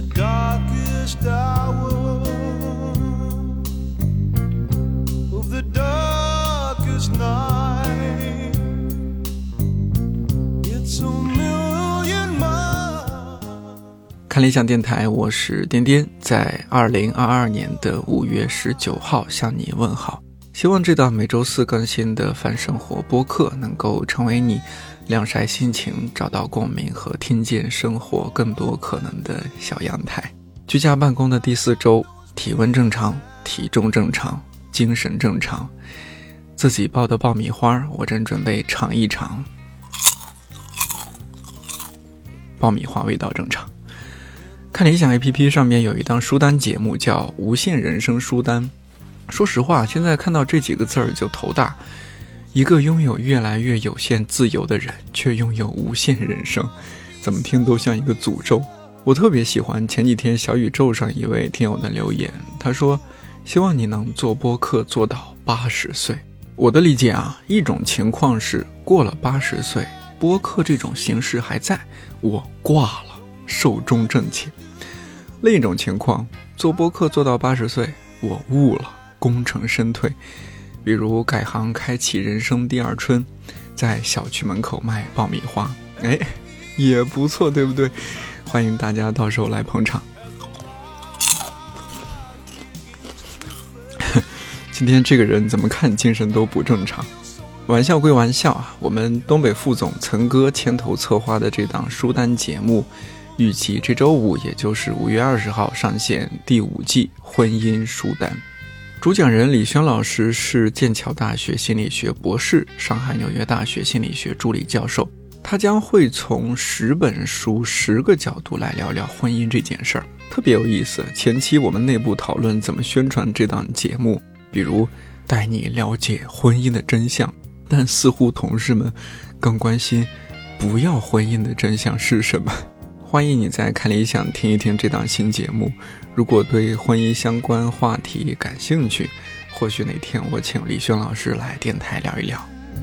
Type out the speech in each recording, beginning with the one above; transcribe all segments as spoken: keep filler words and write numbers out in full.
darkest hour of the darkest night. It's a million miles. 看理想电台，我是颠颠，在二零二二年的五月十九号向你问好。希望这档每周四更新的泛生活播客能够成为你晾晒心情、找到共鸣和听见生活更多可能的小阳台。居家办公的第四周，体温正常，体重正常，精神正常。自己爆的爆米花，我正准备尝一尝。爆米花味道正常。看理想 A P P 上面有一档书单节目叫无限人生书单。说实话，现在看到这几个字儿就头大。一个拥有越来越有限自由的人，却拥有无限人生，怎么听都像一个诅咒。我特别喜欢前几天小宇宙上一位听友的留言，他说希望你能做播客做到八十岁。我的理解啊，一种情况是过了八十岁，播客这种形式还在，我挂了，寿终正寝。另一种情况，做播客做到八十岁，我悟了，功成身退。比如改行开启人生第二春，在小区门口卖爆米花，哎，也不错，对不对？欢迎大家到时候来捧场。今天这个人怎么看精神都不正常。玩笑归玩笑啊，我们东北副总岑哥牵头策划的这档书单节目，预计这周五，也就是五月二十号上线第五季婚姻书单。主讲人李轩老师是剑桥大学心理学博士，上海纽约大学心理学助理教授。他将会从十本书十个角度来聊聊婚姻这件事儿，特别有意思。前期我们内部讨论怎么宣传这档节目，比如带你了解婚姻的真相，但似乎同事们更关心不要婚姻的真相是什么。欢迎你在看理想听一听这档新节目，如果对婚姻相关话题感兴趣，或许哪天我请李轩老师来电台聊一聊。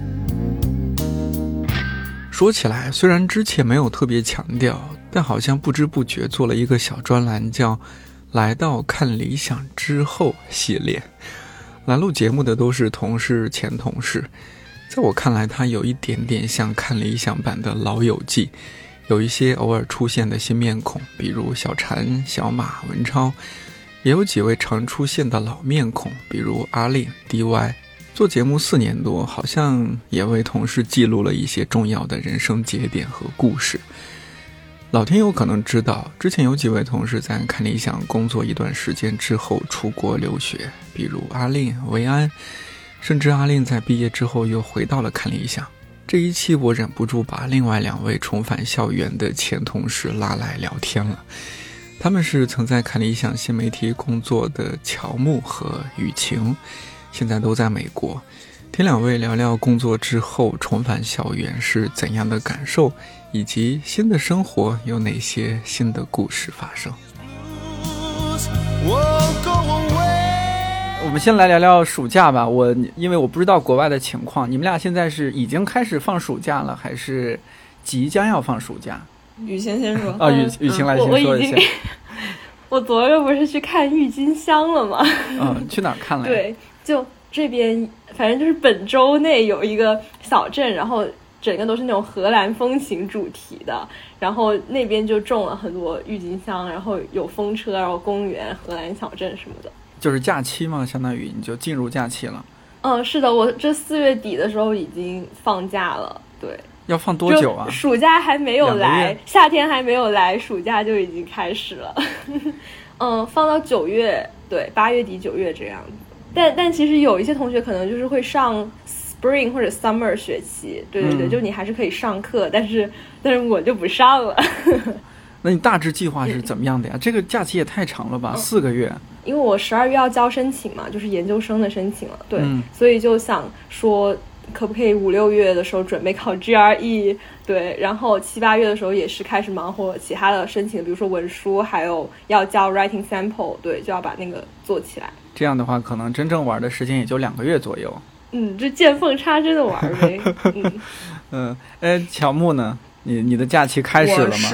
说起来，虽然之前没有特别强调，但好像不知不觉做了一个小专栏，叫来到看理想之后系列。来录节目的都是同事前同事，在我看来它有一点点像看理想版的老友记，有一些偶尔出现的新面孔，比如小婵、小马、文超，也有几位常出现的老面孔，比如阿令、D Y。 做节目四年多，好像也为同事记录了一些重要的人生节点和故事。老听友可能知道，之前有几位同事在看理想工作一段时间之后出国留学，比如阿令、维安，甚至阿令在毕业之后又回到了看理想。这一期我忍不住把另外两位重返校园的前同事拉来聊天了。他们是曾在看理想新媒体工作的乔木和雨晴，现在都在美国。听两位聊聊工作之后重返校园是怎样的感受，以及新的生活有哪些新的故事发生。我们先来聊聊暑假吧。我因为我不知道国外的情况，你们俩现在是已经开始放暑假了，还是即将要放暑假？ 雨晴先说。 啊，雨雨晴来先说一下。 我昨日不是去看郁金香了吗？ 嗯，去哪儿看了呀？ 对，就这边，反正就是本州内有一个小镇，然后整个都是那种荷兰风情主题的，然后那边就种了很多郁金香，然后有风车，然后公园、荷兰小镇什么的。就是假期吗？相当于你就进入假期了。 嗯，是的，我这四月底的时候已经放假了。对， 要放多久啊？ 暑假还没有来，夏天还没有来，暑假就已经开始了。嗯，放到九月，对，八月底九月这样。但但其实有一些同学可能就是会上 spring 或者 summer 学期，对对对，嗯、就你还是可以上课，但是但是我就不上了。 那你大致计划是怎么样的呀？这个假期也太长了吧，嗯、四个月。 因为我十二月要交申请嘛，就是研究生的申请了，对，嗯、所以就想说可不可以五六月的时候准备考 G R E， 对，然后七八月的时候也是开始忙活其他的申请，比如说文书，还有要交 writing sample， 对，就要把那个做起来。这样的话，可能真正玩的时间也就两个月左右。嗯，就见缝插针的玩呗。嗯， 嗯，哎，乔木呢？你你的假期开始了吗？ 我是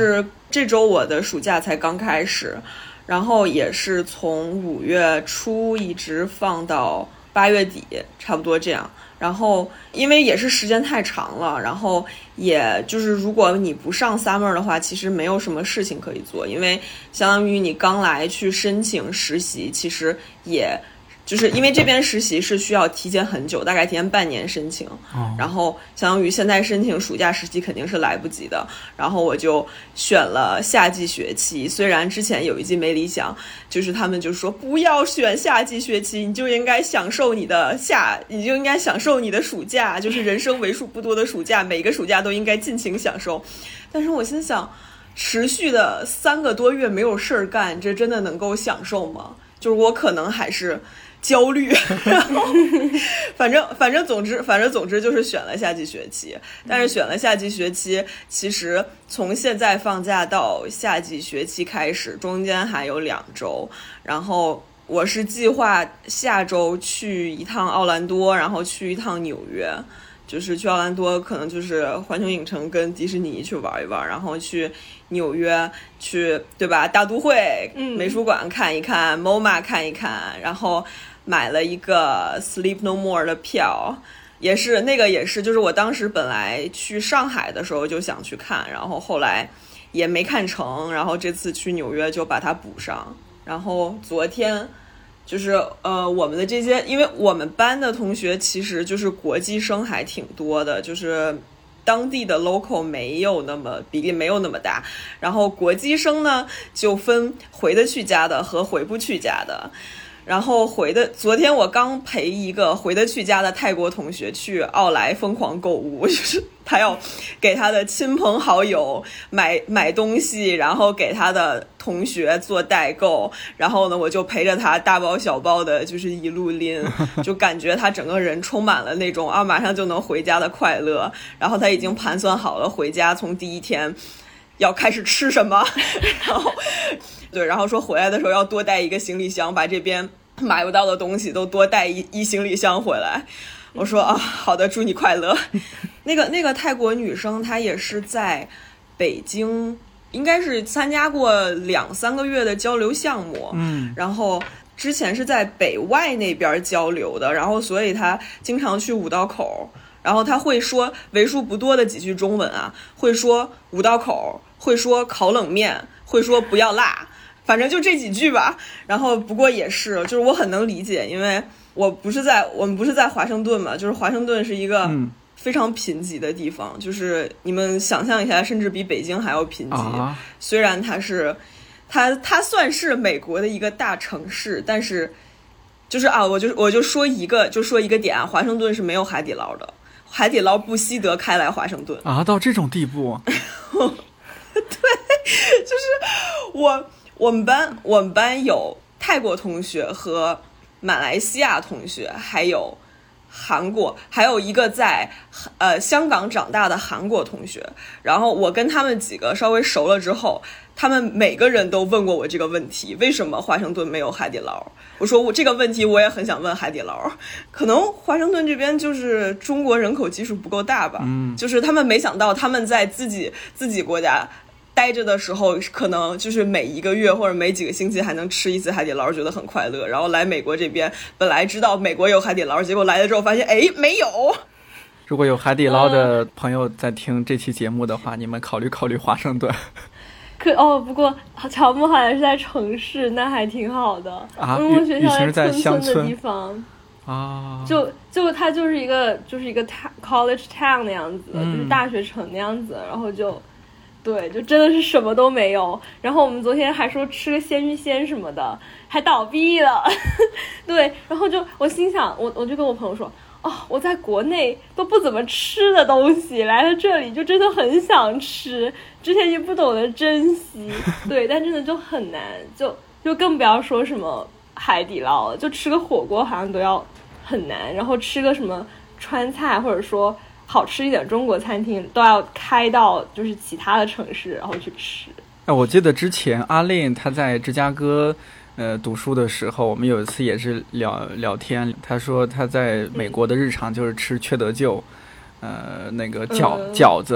这周我的暑假才刚开始，然后也是从五月初一直放到八月底，差不多这样。然后因为也是时间太长了，然后也就是如果你不上 summer 的话，其实没有什么事情可以做，因为相当于你刚来去申请实习，其实也就是因为这边实习是需要提前很久，大概提前半年申请、哦、然后相当于现在申请暑假实习肯定是来不及的，然后我就选了夏季学期。虽然之前有一季没理想，就是他们就说不要选夏季学期，你就应该享受你的夏你就应该享受你的暑假，就是人生为数不多的暑假，每个暑假都应该尽情享受。但是我心想，持续的三个多月没有事儿干，这真的能够享受吗？就是我可能还是焦虑，然后反正反正总之反正总之就是选了夏季学期。但是选了夏季学期，其实从现在放假到夏季学期开始中间还有两周，然后我是计划下周去一趟奥兰多，然后去一趟纽约，就是去奥兰多可能就是环球影城跟迪士尼去玩一玩，然后去纽约去对吧大都会美术馆看一看、嗯、M O M A 看一看，然后买了一个 Sleep No More 的票，也是那个也是就是我当时本来去上海的时候就想去看，然后后来也没看成，然后这次去纽约就把它补上。然后昨天就是呃，我们的这些，因为我们班的同学其实就是国际生还挺多的，就是当地的 local 没有那么比例没有那么大，然后国际生呢就分回得去家的和回不去家的。然后回的，昨天我刚陪一个回得去家的泰国同学去奥莱疯狂购物，就是他要给他的亲朋好友买买东西，然后给他的同学做代购，然后呢我就陪着他大包小包的就是一路拎，就感觉他整个人充满了那种啊马上就能回家的快乐。然后他已经盘算好了回家从第一天要开始吃什么，然后对，然后说回来的时候要多带一个行李箱，把这边买不到的东西都多带一一行李箱回来。我说啊，好的，祝你快乐。那个那个泰国女生她也是在北京，应该是参加过两三个月的交流项目，嗯，然后之前是在北外那边交流的，然后所以她经常去五道口，然后她会说为数不多的几句中文啊，会说五道口，会说烤冷面，会说不要辣，反正就这几句吧。然后不过也是就是我很能理解，因为我不是在我们不是在华盛顿嘛，就是华盛顿是一个非常贫瘠的地方、嗯、就是你们想象一下，甚至比北京还要贫瘠、啊、虽然它是它它算是美国的一个大城市，但是就是啊我就我就说一个就说一个点啊，华盛顿是没有海底捞的，海底捞不惜得开来华盛顿啊，到这种地步对，就是我我们班我们班有泰国同学和马来西亚同学，还有韩国，还有一个在呃香港长大的韩国同学。然后我跟他们几个稍微熟了之后，他们每个人都问过我这个问题，为什么华盛顿没有海底捞？我说我这个问题我也很想问海底捞，可能华盛顿这边就是中国人口基数不够大吧，嗯，就是他们没想到他们在自己自己国家待着的时候，可能就是每一个月或者每几个星期还能吃一次海底捞，觉得很快乐。然后来美国这边，本来知道美国有海底捞，结果来了之后发现，哎，没有。 如果有海底捞的朋友在听这期节目的话，嗯、你们考虑考虑华盛顿。 可哦，不过乔木好像是在城市，那还挺好的。 啊， 因为我学校在村村的地方。 啊， 就就它就是一个就是一个 college town 那样子、嗯，就是大学城那样子，然后就。对，就真的是什么都没有。然后我们昨天还说吃个鲜芋仙什么的，还倒闭了。对，然后就我心想，我我就跟我朋友说，哦，我在国内都不怎么吃的东西，来了这里就真的很想吃，之前也不懂得珍惜。对，但真的就很难，就就更不要说什么海底捞了，就吃个火锅好像都要很难，然后吃个什么川菜或者说好吃一点中国餐厅都要开到就是其他的城市然后去吃。 哎，我记得之前阿令他在芝加哥呃读书的时候，我们有一次也是聊聊天，他说他在美国的日常就是吃缺德舅、嗯、呃那个饺、嗯、饺子，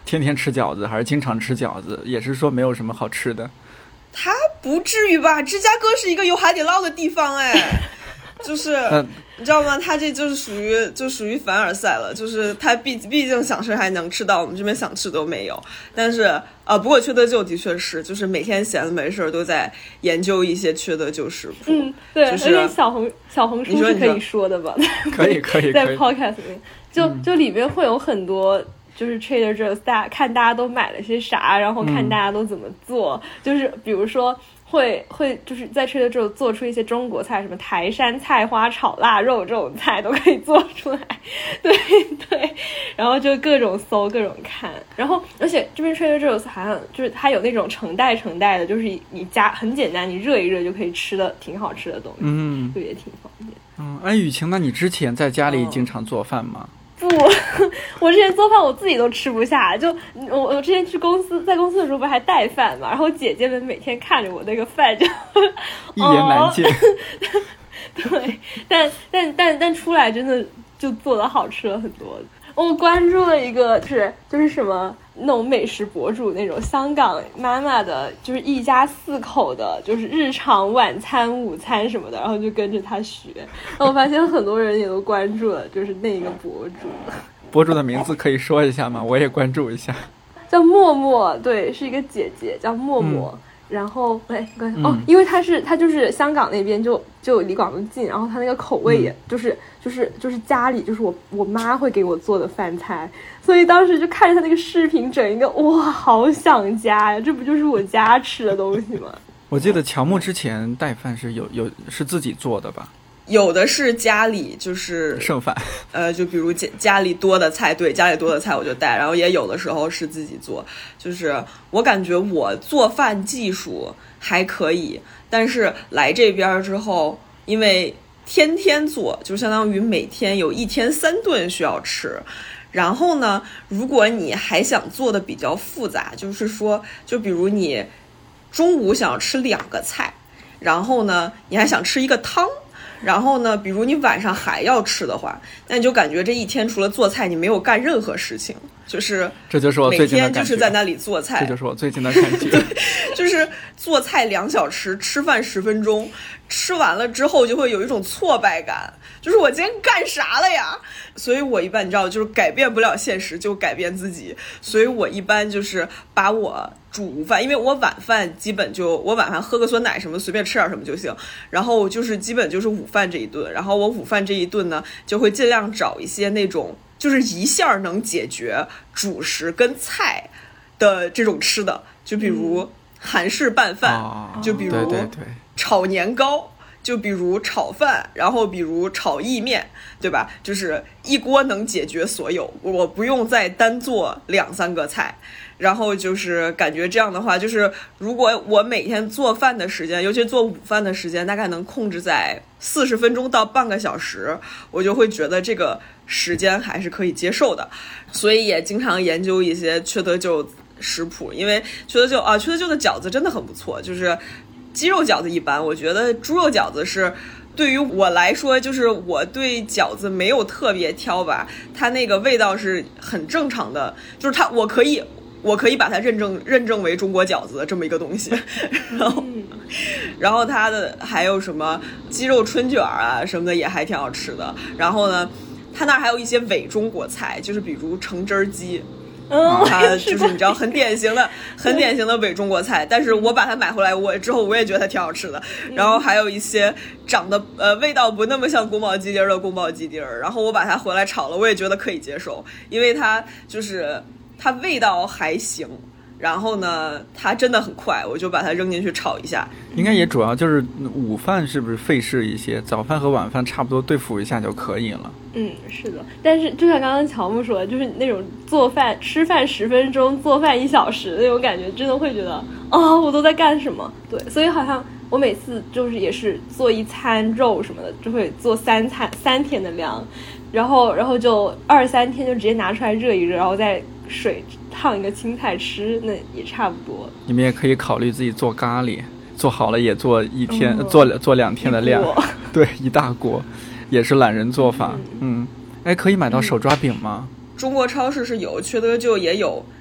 天天吃饺子还是经常吃饺子？也是说没有什么好吃的？ 它不至于吧？芝加哥是一个有海底捞的地方哎。就是、嗯、你知道吗？他这就是属于就属于凡尔赛了，就是他毕毕竟想吃还能吃到，我们这边想吃都没有。但是呃，不过缺德舅的确是，就是每天闲着没事都在研究一些缺德舅食谱。 嗯，对， 就是而且小红小红书是可以说的吧？ 可以可以， 在 podcast 里面就就里面会有很多。就是 Trader Joe's 大看大家都买了些啥，然后看大家都怎么做，嗯、就是比如说会会就是在 Trader Joe's 做出一些中国菜，什么台山菜花炒腊肉这种菜都可以做出来，对对，然后就各种搜各种看，然后而且这边 Trader Joe's 好像就是它有那种成袋成袋的，就是你加很简单，你热一热就可以吃的挺好吃的东西， 嗯， 就也挺方便。 嗯，哎，雨晴，那你之前在家里经常做饭吗？ 哦不，我之前做饭我自己都吃不下，就我我之前去公司，在公司的时候不是还带饭嘛，然后姐姐们每天看着我那个饭就一言难尽。 哦、对，但但但但出来真的就做的好吃了很多。我关注了一个就是就是什么那种美食博主，那种香港妈妈的，就是一家四口的，就是日常晚餐午餐什么的，然后就跟着他学。然后我发现很多人也都关注了，就是那个博主。 博主的名字可以说一下吗？我也关注一下。 叫默默，对，是一个姐姐，叫默默。嗯然后哎，哦，因为他是他就是香港那边就就离广东近，然后他那个口味也就是、嗯、就是就是家里就是我我妈会给我做的饭菜，所以当时就看着他那个视频，整一个哇，好想家呀！这不就是我家吃的东西吗？ 我记得乔木之前带饭是有有是自己做的吧？ 有的是家里就是剩饭， 呃，就比如家家里多的菜，对，家里多的菜我就带，然后也有的时候是自己做。就是我感觉我做饭技术还可以，但是来这边之后，因为天天做，就相当于每天有一天三顿需要吃。然后呢，如果你还想做的比较复杂，就是说，就比如你中午想要吃两个菜，然后呢，你还想吃一个汤。然后呢，比如你晚上还要吃的话，那你就感觉这一天除了做菜，你没有干任何事情，就是这就是我最近的感觉， 每天就是在那里做菜， 这就是我最近的感觉， 对，就是做菜两小时，吃饭十分钟，吃完了之后就会有一种挫败感，就是我今天干啥了呀？所以我一般你知道，就是改变不了现实，就改变自己，所以我一般就是把我煮午饭，因为我晚饭基本就我晚饭喝个酸奶什么随便吃点什么就行，然后就是基本就是午饭这一顿，然后我午饭这一顿呢就会尽量找一些那种就是一下能解决主食跟菜的这种吃的，就比如韩式拌饭、哦、就比如炒年糕，就比如炒饭，然后比如炒意面，对吧？就是一锅能解决所有，我不用再单做两三个菜。然后就是感觉这样的话，就是如果我每天做饭的时间，尤其做午饭的时间，大概能控制在四十分钟到半个小时，我就会觉得这个时间还是可以接受的。所以也经常研究一些缺德舅食谱，因为缺德舅啊，缺德舅的饺子真的很不错，就是鸡肉饺子一般，我觉得猪肉饺子是对于我来说，就是我对饺子没有特别挑吧，它那个味道是很正常的，就是它我可以我可以把它认证认证为中国饺子的这么一个东西。然后然后它的还有什么鸡肉春卷啊什么的也还挺好吃的。然后呢，它那儿还有一些伪中国菜，就是比如橙汁鸡。 嗯， 它就是你知道很典型的很典型的伪中国菜，但是我把它买回来我之后我也觉得它挺好吃的。然后还有一些长得呃味道不那么像宫保鸡丁的宫保鸡丁，然后我把它回来炒了，我也觉得可以接受，因为它就是它味道还行，然后呢它真的很快，我就把它扔进去炒一下。 应该也主要就是午饭是不是费事一些，早饭和晚饭差不多对付一下就可以了。 嗯，是的，但是就像刚刚乔木说的，就是那种做饭吃饭十分钟做饭一小时那种感觉，真的会觉得啊、哦，我都在干什么？对，所以好像我每次就是也是做一餐肉什么的，就会做三餐三天的量，然后然后就二三天就直接拿出来热一热，然后再水烫一个青菜吃，那也差不多。 你们也可以考虑自己做咖喱，做好了也做一天，嗯、做做两天的量，对，一大锅。也是懒人做法。嗯，哎，可以买到手抓饼吗？ 中国超市是有，缺德舅也有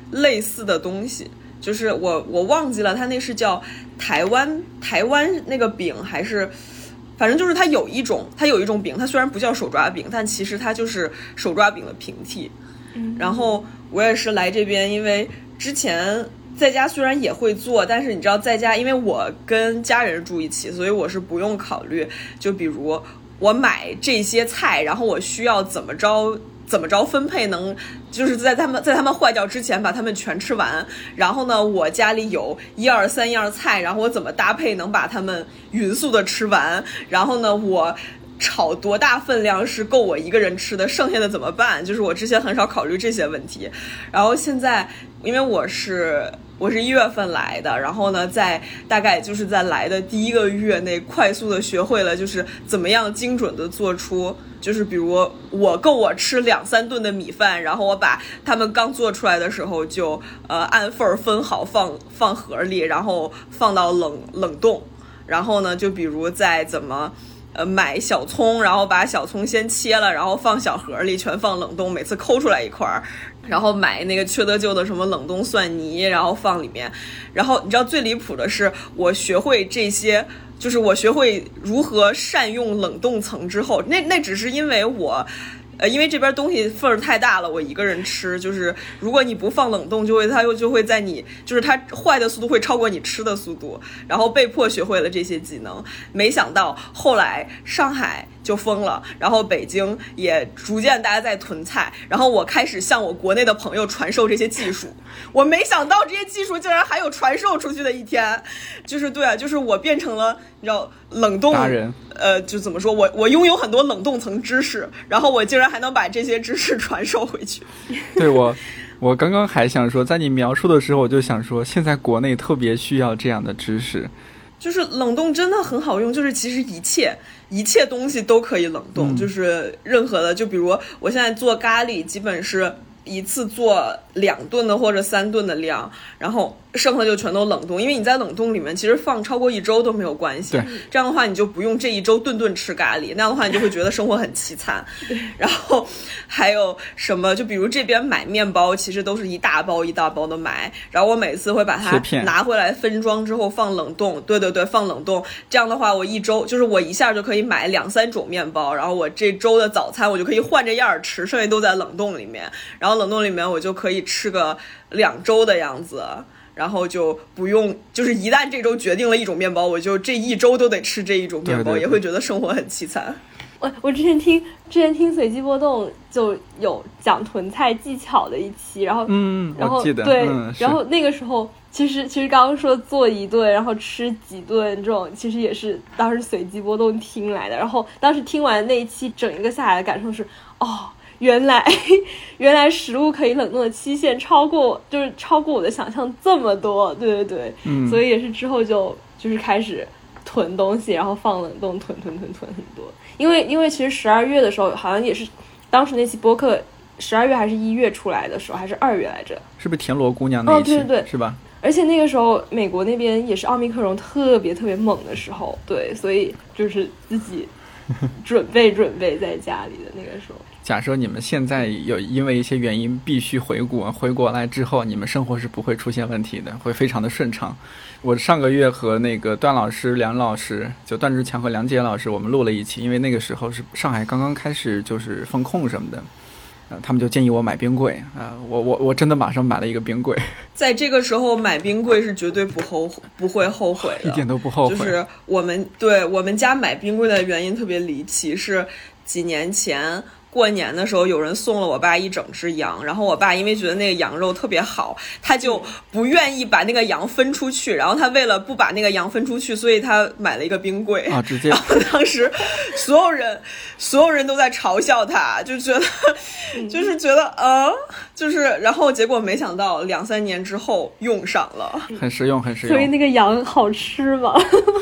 类似的东西，就是我我忘记了，它那是叫台湾台湾那个饼还是。反正就是它有一种，它有一种饼，它虽然不叫手抓饼，但其实它就是手抓饼的平替。嗯，然后我也是来这边，因为之前在家虽然也会做，但是你知道在家，因为我跟家人住一起，所以我是不用考虑，就比如我买这些菜，然后我需要怎么着。怎么着分配能就是在他们在他们坏掉之前把他们全吃完，然后呢我家里有一二三样菜，然后我怎么搭配能把他们匀速的吃完，然后呢我炒多大分量是够我一个人吃的，剩下的怎么办，就是我之前很少考虑这些问题。然后现在因为我是我是一月份来的，然后呢在大概就是在来的第一个月内快速的学会了就是怎么样精准的做出，就是比如我够我吃两三顿的米饭，然后我把他们刚做出来的时候就呃按份分好放放盒里，然后放到冷冷冻，然后呢就比如再怎么呃买小葱，然后把小葱先切了，然后放小盒里全放冷冻，每次抠出来一块，然后买那个缺德舅的什么冷冻蒜泥，然后放里面。然后你知道最离谱的是我学会这些，就是我学会如何善用冷冻层之后，那那只是因为我呃，因为这边东西份儿太大了，我一个人吃，就是如果你不放冷冻，就会它又就会在你就是它坏的速度会超过你吃的速度，然后被迫学会了这些技能。没想到后来上海就封了，然后北京也逐渐大家在囤菜，然后我开始向我国内的朋友传授这些技术，我没想到这些技术竟然还有传授出去的一天，就是对啊，就是我变成了你知道冷冻达人， 呃，就怎么说，我我拥有很多冷冻层知识，然后我竟然还能把这些知识传授回去。 对，我我刚刚还想说，在你描述的时候，我就想说，现在国内特别需要这样的知识。 就是冷冻真的很好用，就是其实一切一切东西都可以冷冻，嗯、就是任何的，就比如我现在做咖喱，基本是一次做两顿的或者三顿的量，然后剩下就全都冷冻，因为你在冷冻里面其实放超过一周都没有关系，这样的话你就不用这一周顿顿吃咖喱，那样的话你就会觉得生活很凄惨。然后还有什么，就比如这边买面包其实都是一大包一大包的买，然后我每次会把它拿回来分装之后放冷冻，对对对，放冷冻，这样的话我一周就是我一下就可以买两三种面包，然后我这周的早餐我就可以换着样吃，剩下都在冷冻里面，然后冷冻里面我就可以吃个两周的样子，然后就不用，就是一旦这周决定了一种面包，我就这一周都得吃这一种面包，对对对，也会觉得生活很凄惨。 我我之前听之前听随机波动就有讲囤菜技巧的一期，然后嗯， 然后我记得对、 嗯， 然后那个时候其实其实刚刚说做一顿然后吃几顿这种，其实也是当时随机波动听来的。然后当时听完那一期，整一个下来的感受是，哦，原来原来食物可以冷冻的期限超过就是超过我的想象这么多，对对对，嗯，所以也是之后就就是开始囤东西，然后放冷冻囤囤囤囤很多。因为因为其实十二月的时候好像也是当时那期播客十二月还是一月出来的时候，还是二月来着， 是不是田螺姑娘那一期？ 哦，对对对， 是吧？ 而且那个时候美国那边也是奥密克戎特别特别猛的时候，对，所以就是自己准备准备在家里的那个时候。 假设你们现在有因为一些原因必须回国，回国来之后你们生活是不会出现问题的，会非常的顺畅。我上个月和那个段老师梁老师，就段志强和梁杰老师，我们录了一期，因为那个时候是上海刚刚开始就是封控什么的，呃，他们就建议我买冰柜啊、呃，我我我真的马上买了一个冰柜。在这个时候买冰柜是绝对不后不会后悔的， 一点都不后悔。 就是我们对我们家买冰柜的原因特别离奇，是几年前过年的时候有人送了我爸一整只羊，然后我爸因为觉得那个羊肉特别好，他就不愿意把那个羊分出去，然后他为了不把那个羊分出去，所以他买了一个冰柜啊，直接。 然后当时所有人所有人都在嘲笑他，就觉得就是觉得呃就是然后结果没想到两三年之后用上了， 很实用很实用。 所以那个羊好吃吗？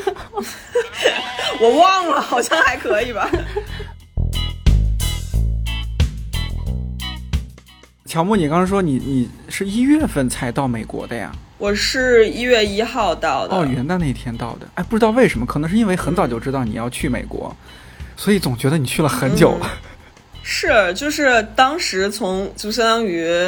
我忘了，好像还可以吧。 乔木，你刚刚说你你是一月份才到美国的呀？ 我是一月一号到的。 哦，元旦那天到的。哎，不知道为什么，可能是因为很早就知道你要去美国，所以总觉得你去了很久了。 嗯、是，就是当时从就相当于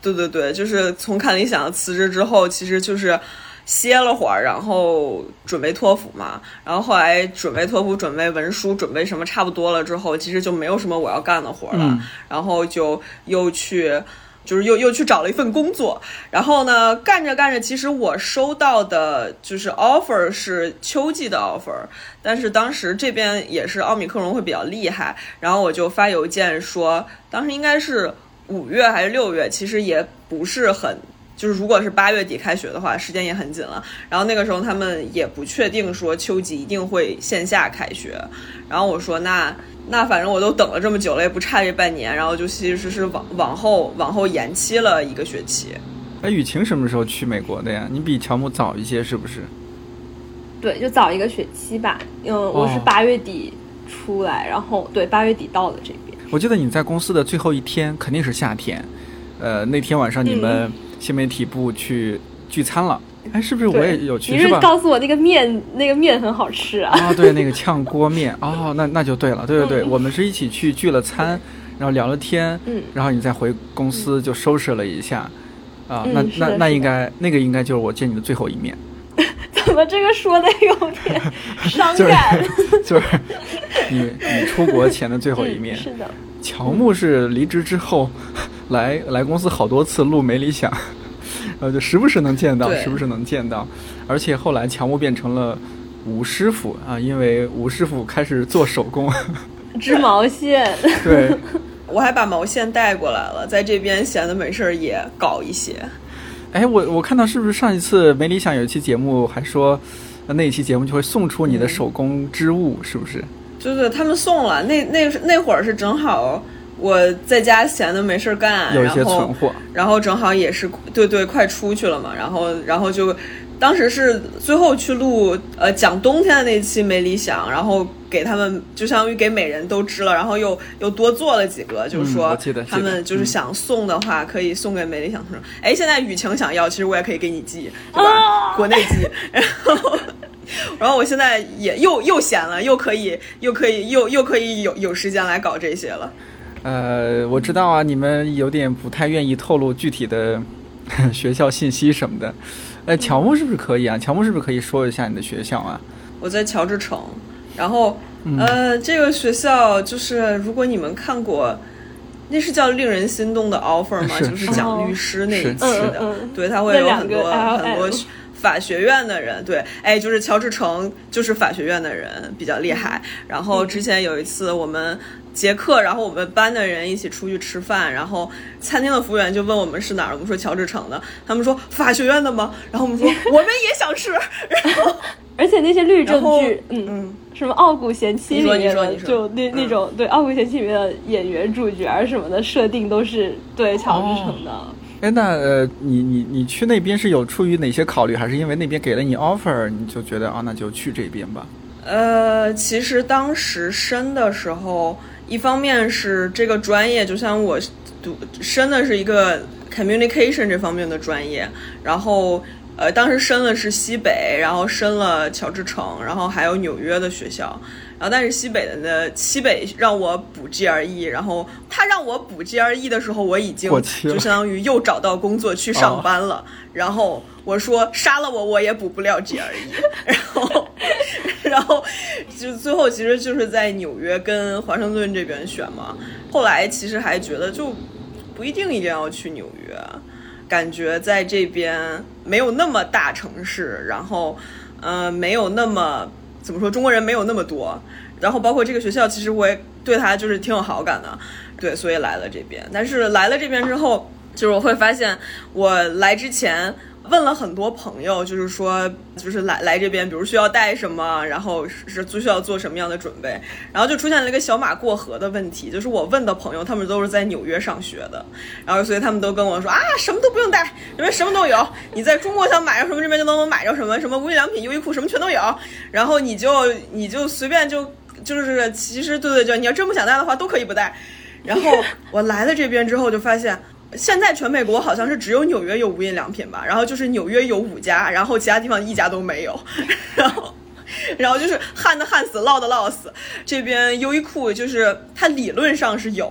对对对，就是从看理想辞职之后，其实就是歇了会儿，然后准备托福嘛，然后后来准备托福、准备文书、准备什么差不多了之后，其实就没有什么我要干的活了，嗯、然后就又去。就是又又去找了一份工作，然后呢，干着干着，其实我收到的就是 offer 是秋季的 offer， 但是当时这边也是奥米克戎会比较厉害，然后我就发邮件说，当时应该是五月还是六月，其实也不是很。就是如果是八月底开学的话，时间也很紧了。然后那个时候他们也不确定说秋季一定会线下开学。然后我说那那反正我都等了这么久了，也不差这半年。然后就其实是往往后往后延期了一个学期。 哎，雨晴什么时候去美国的呀？你比乔木早一些是不是？ 对，就早一个学期吧。嗯，我是八月底出来，然后对八月底到了这边。 我记得你在公司的最后一天肯定是夏天，呃，那天晚上你们、嗯。新媒体部去聚餐了，哎，是不是我也有去？ 你是告诉我那个面，那个面很好吃啊！ 啊，对，那个炝锅面，哦，那那就对了，对对对，嗯、我们是一起去聚了餐，然后聊了天，嗯，然后你再回公司就收拾了一下，啊、 嗯， 那那那应该那个应该就是我见你的最后一面。 怎么这个说的有点伤感？ 就是、就是你你出国前的最后一面。 嗯、是的。 乔木是离职之后来来公司好多次录没理想，然后就时不时能见到，时不时能见到。而且后来乔木变成了吴师傅啊，因为吴师傅开始做手工， 织毛线。 对， 我还把毛线带过来了，在这边闲的没事也搞一些。 哎，我我看到是不是上一次没理想有一期节目还说，那一期节目就会送出你的手工织物，嗯、是不是？ 就是他们送了，那那那会儿是正好我在家闲的没事干， 有一些存货， 然后正好也是对对快出去了嘛，然后然后就当时是最后去录呃讲冬天的那期没理想，然后给他们就相当于给每人都织了，然后又又多做了几个，就是说他们就是想送的话可以送给没理想同学。哎、嗯，现在雨晴想要，其实我也可以给你寄，对吧？啊、国内寄，然后。然后我现在也又又闲了，又可以又可以又又可以有有时间来搞这些了。 呃，我知道啊，你们有点不太愿意透露具体的学校信息什么的。呃，乔木是不是可以啊？乔木是不是可以说一下你的学校啊？ 我在乔治城，然后、嗯、呃，这个学校就是如果你们看过。那是叫令人心动的 offer 吗？ 是就是讲律师那一期的，嗯、对，他会有很多很多法学院的人，对，哎，就是乔治城就是法学院的人比较厉害。嗯、然后之前有一次我们结课，然后我们班的人一起出去吃饭，然后餐厅的服务员就问我们是哪儿，我们说乔治城的，他们说法学院的吗？然后我们说我们也想吃，然后而且那些律政剧，嗯嗯。什么《傲骨贤妻》里面的，就那那种、嗯、对《傲骨贤妻》里面的演员、主角什么的设定都是对乔治城的。 哎、哦，那呃，你你你去那边是有出于哪些考虑，还是因为那边给了你 offer， 你就觉得啊，那就去这边吧？ 呃，其实当时申的时候，一方面是这个专业，就像我读申的是一个 communication 这方面的专业，然后。呃，当时申了是西北，然后申了乔治城，然后还有纽约的学校，然后但是西北的呢，西北让我补 G R E， 然后他让我补 G R E 的时候，我已经就相当于又找到工作去上班了，哦、然后我说杀了我我也补不了 G R E， 然后然后就最后其实就是在纽约跟华盛顿这边选嘛，后来其实还觉得就不一定一定要去纽约。感觉在这边没有那么大城市，然后呃没有那么怎么说中国人没有那么多，然后包括这个学校其实我也对它就是挺有好感的，对，所以来了这边。但是来了这边之后，就是我会发现我来之前问了很多朋友，就是说就是来来这边比如需要带什么，然后是需要做什么样的准备，然后就出现了一个小马过河的问题，就是我问的朋友他们都是在纽约上学的，然后所以他们都跟我说啊什么都不用带，因为什么都有，你在中国想买着什么这边就能买着什么，什么无印良品优衣库什么全都有，然后你就你就随便就就是其实对对对，你要真不想带的话都可以不带。然后我来了这边之后就发现现在全美国好像是只有纽约有无印良品吧，然后就是纽约有五家，然后其他地方一家都没有，然后然后就是旱的旱死，涝的涝死。这边优衣库就是它理论上是有，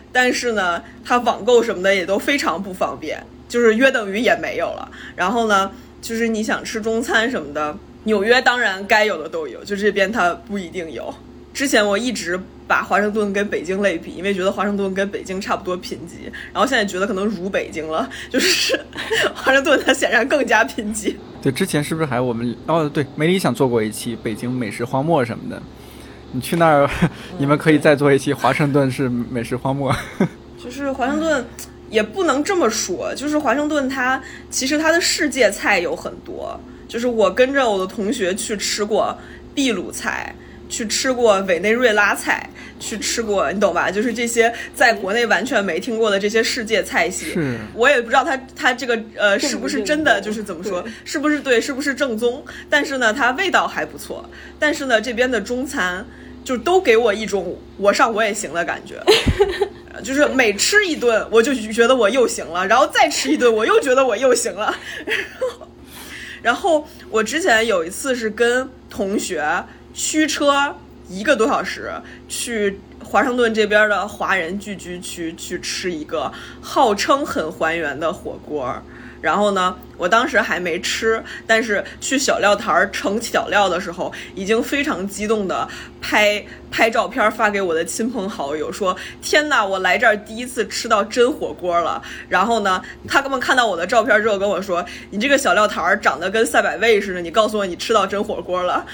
但是呢，它网购什么的也都非常不方便，就是约等于也没有了。然后呢，就是你想吃中餐什么的，纽约当然该有的都有，就这边它不一定有。之前我一直把华盛顿跟北京类比，因为觉得华盛顿跟北京差不多贫瘠，然后现在觉得可能如北京了，就是华盛顿它显然更加贫瘠。 对，之前是不是还我们哦对，梅里想做过一期北京美食荒漠什么的，你去那儿，你们可以再做一期华盛顿是美食荒漠。 就是华盛顿也不能这么说，就是华盛顿它其实它的世界菜有很多，就是我跟着我的同学去吃过秘鲁菜，去吃过委内瑞拉菜，去吃过，你懂吧？就是这些在国内完全没听过的这些世界菜系， 是我也不知道它它这个呃是不是真的，就是怎么说，是不是对，是不是正宗？但是呢，它味道还不错。但是呢，这边的中餐就都给我一种我上我也行的感觉。就是每吃一顿我就觉得我又行了，然后再吃一顿我又觉得我又行了。然后我之前有一次是跟同学驱车一个多小时去华盛顿这边的华人聚居区去吃一个号称很还原的火锅，然后呢我当时还没吃，但是去小料台盛小料的时候已经非常激动的拍拍照片发给我的亲朋好友，说天哪，我来这儿第一次吃到真火锅了。然后呢他们看到我的照片之后跟我说，你这个小料台长得跟赛百味似的，你告诉我你吃到真火锅了。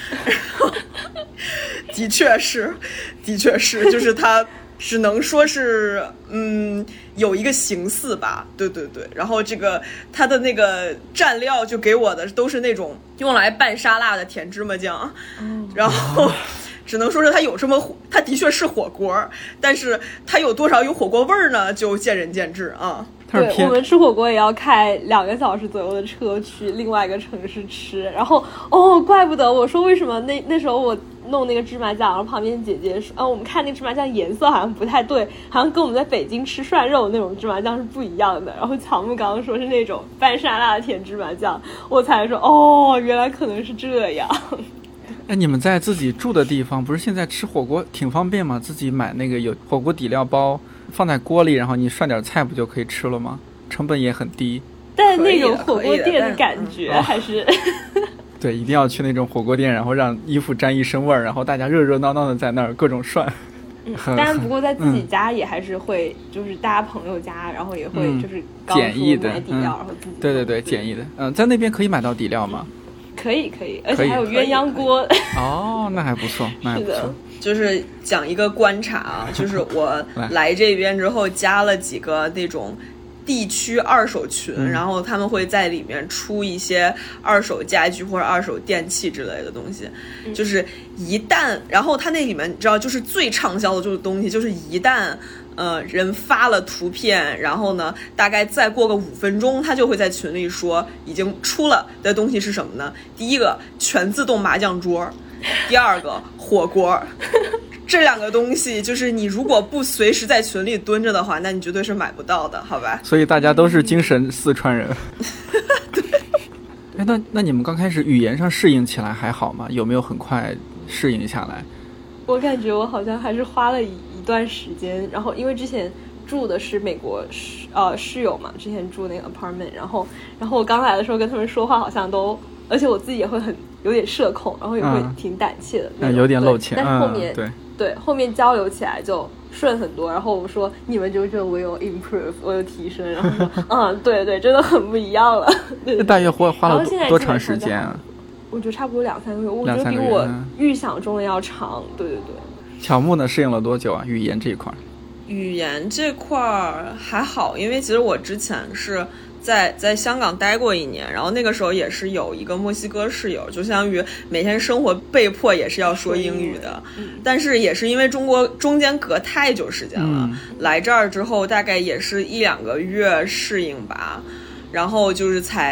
的确是的确是就是他只能说是嗯有一个形似吧，对对对。然后这个它的那个蘸料就给我的都是那种用来拌沙拉的甜芝麻酱，嗯、然后只能说是它有这么，它的确是火锅，但是它有多少有火锅味儿呢，就见仁见智啊。 对，我们吃火锅也要开两个小时左右的车去另外一个城市吃，然后哦，怪不得我说为什么那那时候我弄那个芝麻酱，然后旁边姐姐说，啊，我们看那个芝麻酱颜色好像不太对，好像跟我们在北京吃涮肉那种芝麻酱是不一样的。然后乔木刚刚说是那种拌沙拉的甜芝麻酱，我才说哦，原来可能是这样。 哎，你们在自己住的地方，不是现在吃火锅挺方便吗？自己买那个有火锅底料包，放在锅里，然后你涮点菜不就可以吃了吗？成本也很低。 但那种火锅店的感觉还是、哦、 对，一定要去那种火锅店，然后让衣服沾一身味儿，然后大家热热闹闹的在那儿各种涮。 嗯，当然不过在自己家也还是会，嗯、就是大家朋友家，然后也会就是简易的买底料， 嗯、 然后自己对对对简易的。嗯，在那边可以买到底料吗？ 可以可以，而且还有鸳鸯锅。 哦，那还不错，那还不错。 就是讲一个观察啊，就是我来这边之后加了几个那种地区二手群、嗯、然后他们会在里面出一些二手家具或者二手电器之类的东西、嗯、就是一旦然后他那里面你知道就是最畅销的就是东西，就是一旦呃人发了图片，然后呢大概再过个五分钟他就会在群里说已经出了的东西是什么呢？第一个全自动麻将桌，第二个火锅。这两个东西就是你如果不随时在群里蹲着的话，那你绝对是买不到的，好吧？ 所以大家都是精神四川人。 对。 哎，那那你们刚开始语言上适应起来还好吗？有没有很快适应下来？ 我感觉我好像还是花了一一段时间，然后因为之前住的是美国室呃室友嘛，之前住那个 apartment， 然后然后我刚来的时候跟他们说话好像都，而且我自己也会很有点社恐，然后也会挺胆怯的， 嗯，有点露怯， 但是后面、 嗯、对。 对，后面交流起来就顺很多。然后我说你们就觉得我有 improve， 我有提升，然后说嗯，对对，真的很不一样了。 那大约花花了多长时间啊？ 我觉得差不多两三个月，我觉得比我预想中的要长。对对对。 乔木呢，适应了多久啊？语言这一块？ 语言这块还好，因为其实我之前是。在在香港待过一年，然后那个时候也是有一个墨西哥室友，就相当于每天生活被迫也是要说英语的，嗯、但是也是因为中国中间隔太久时间了、嗯，来这儿之后大概也是一两个月适应吧，然后就是才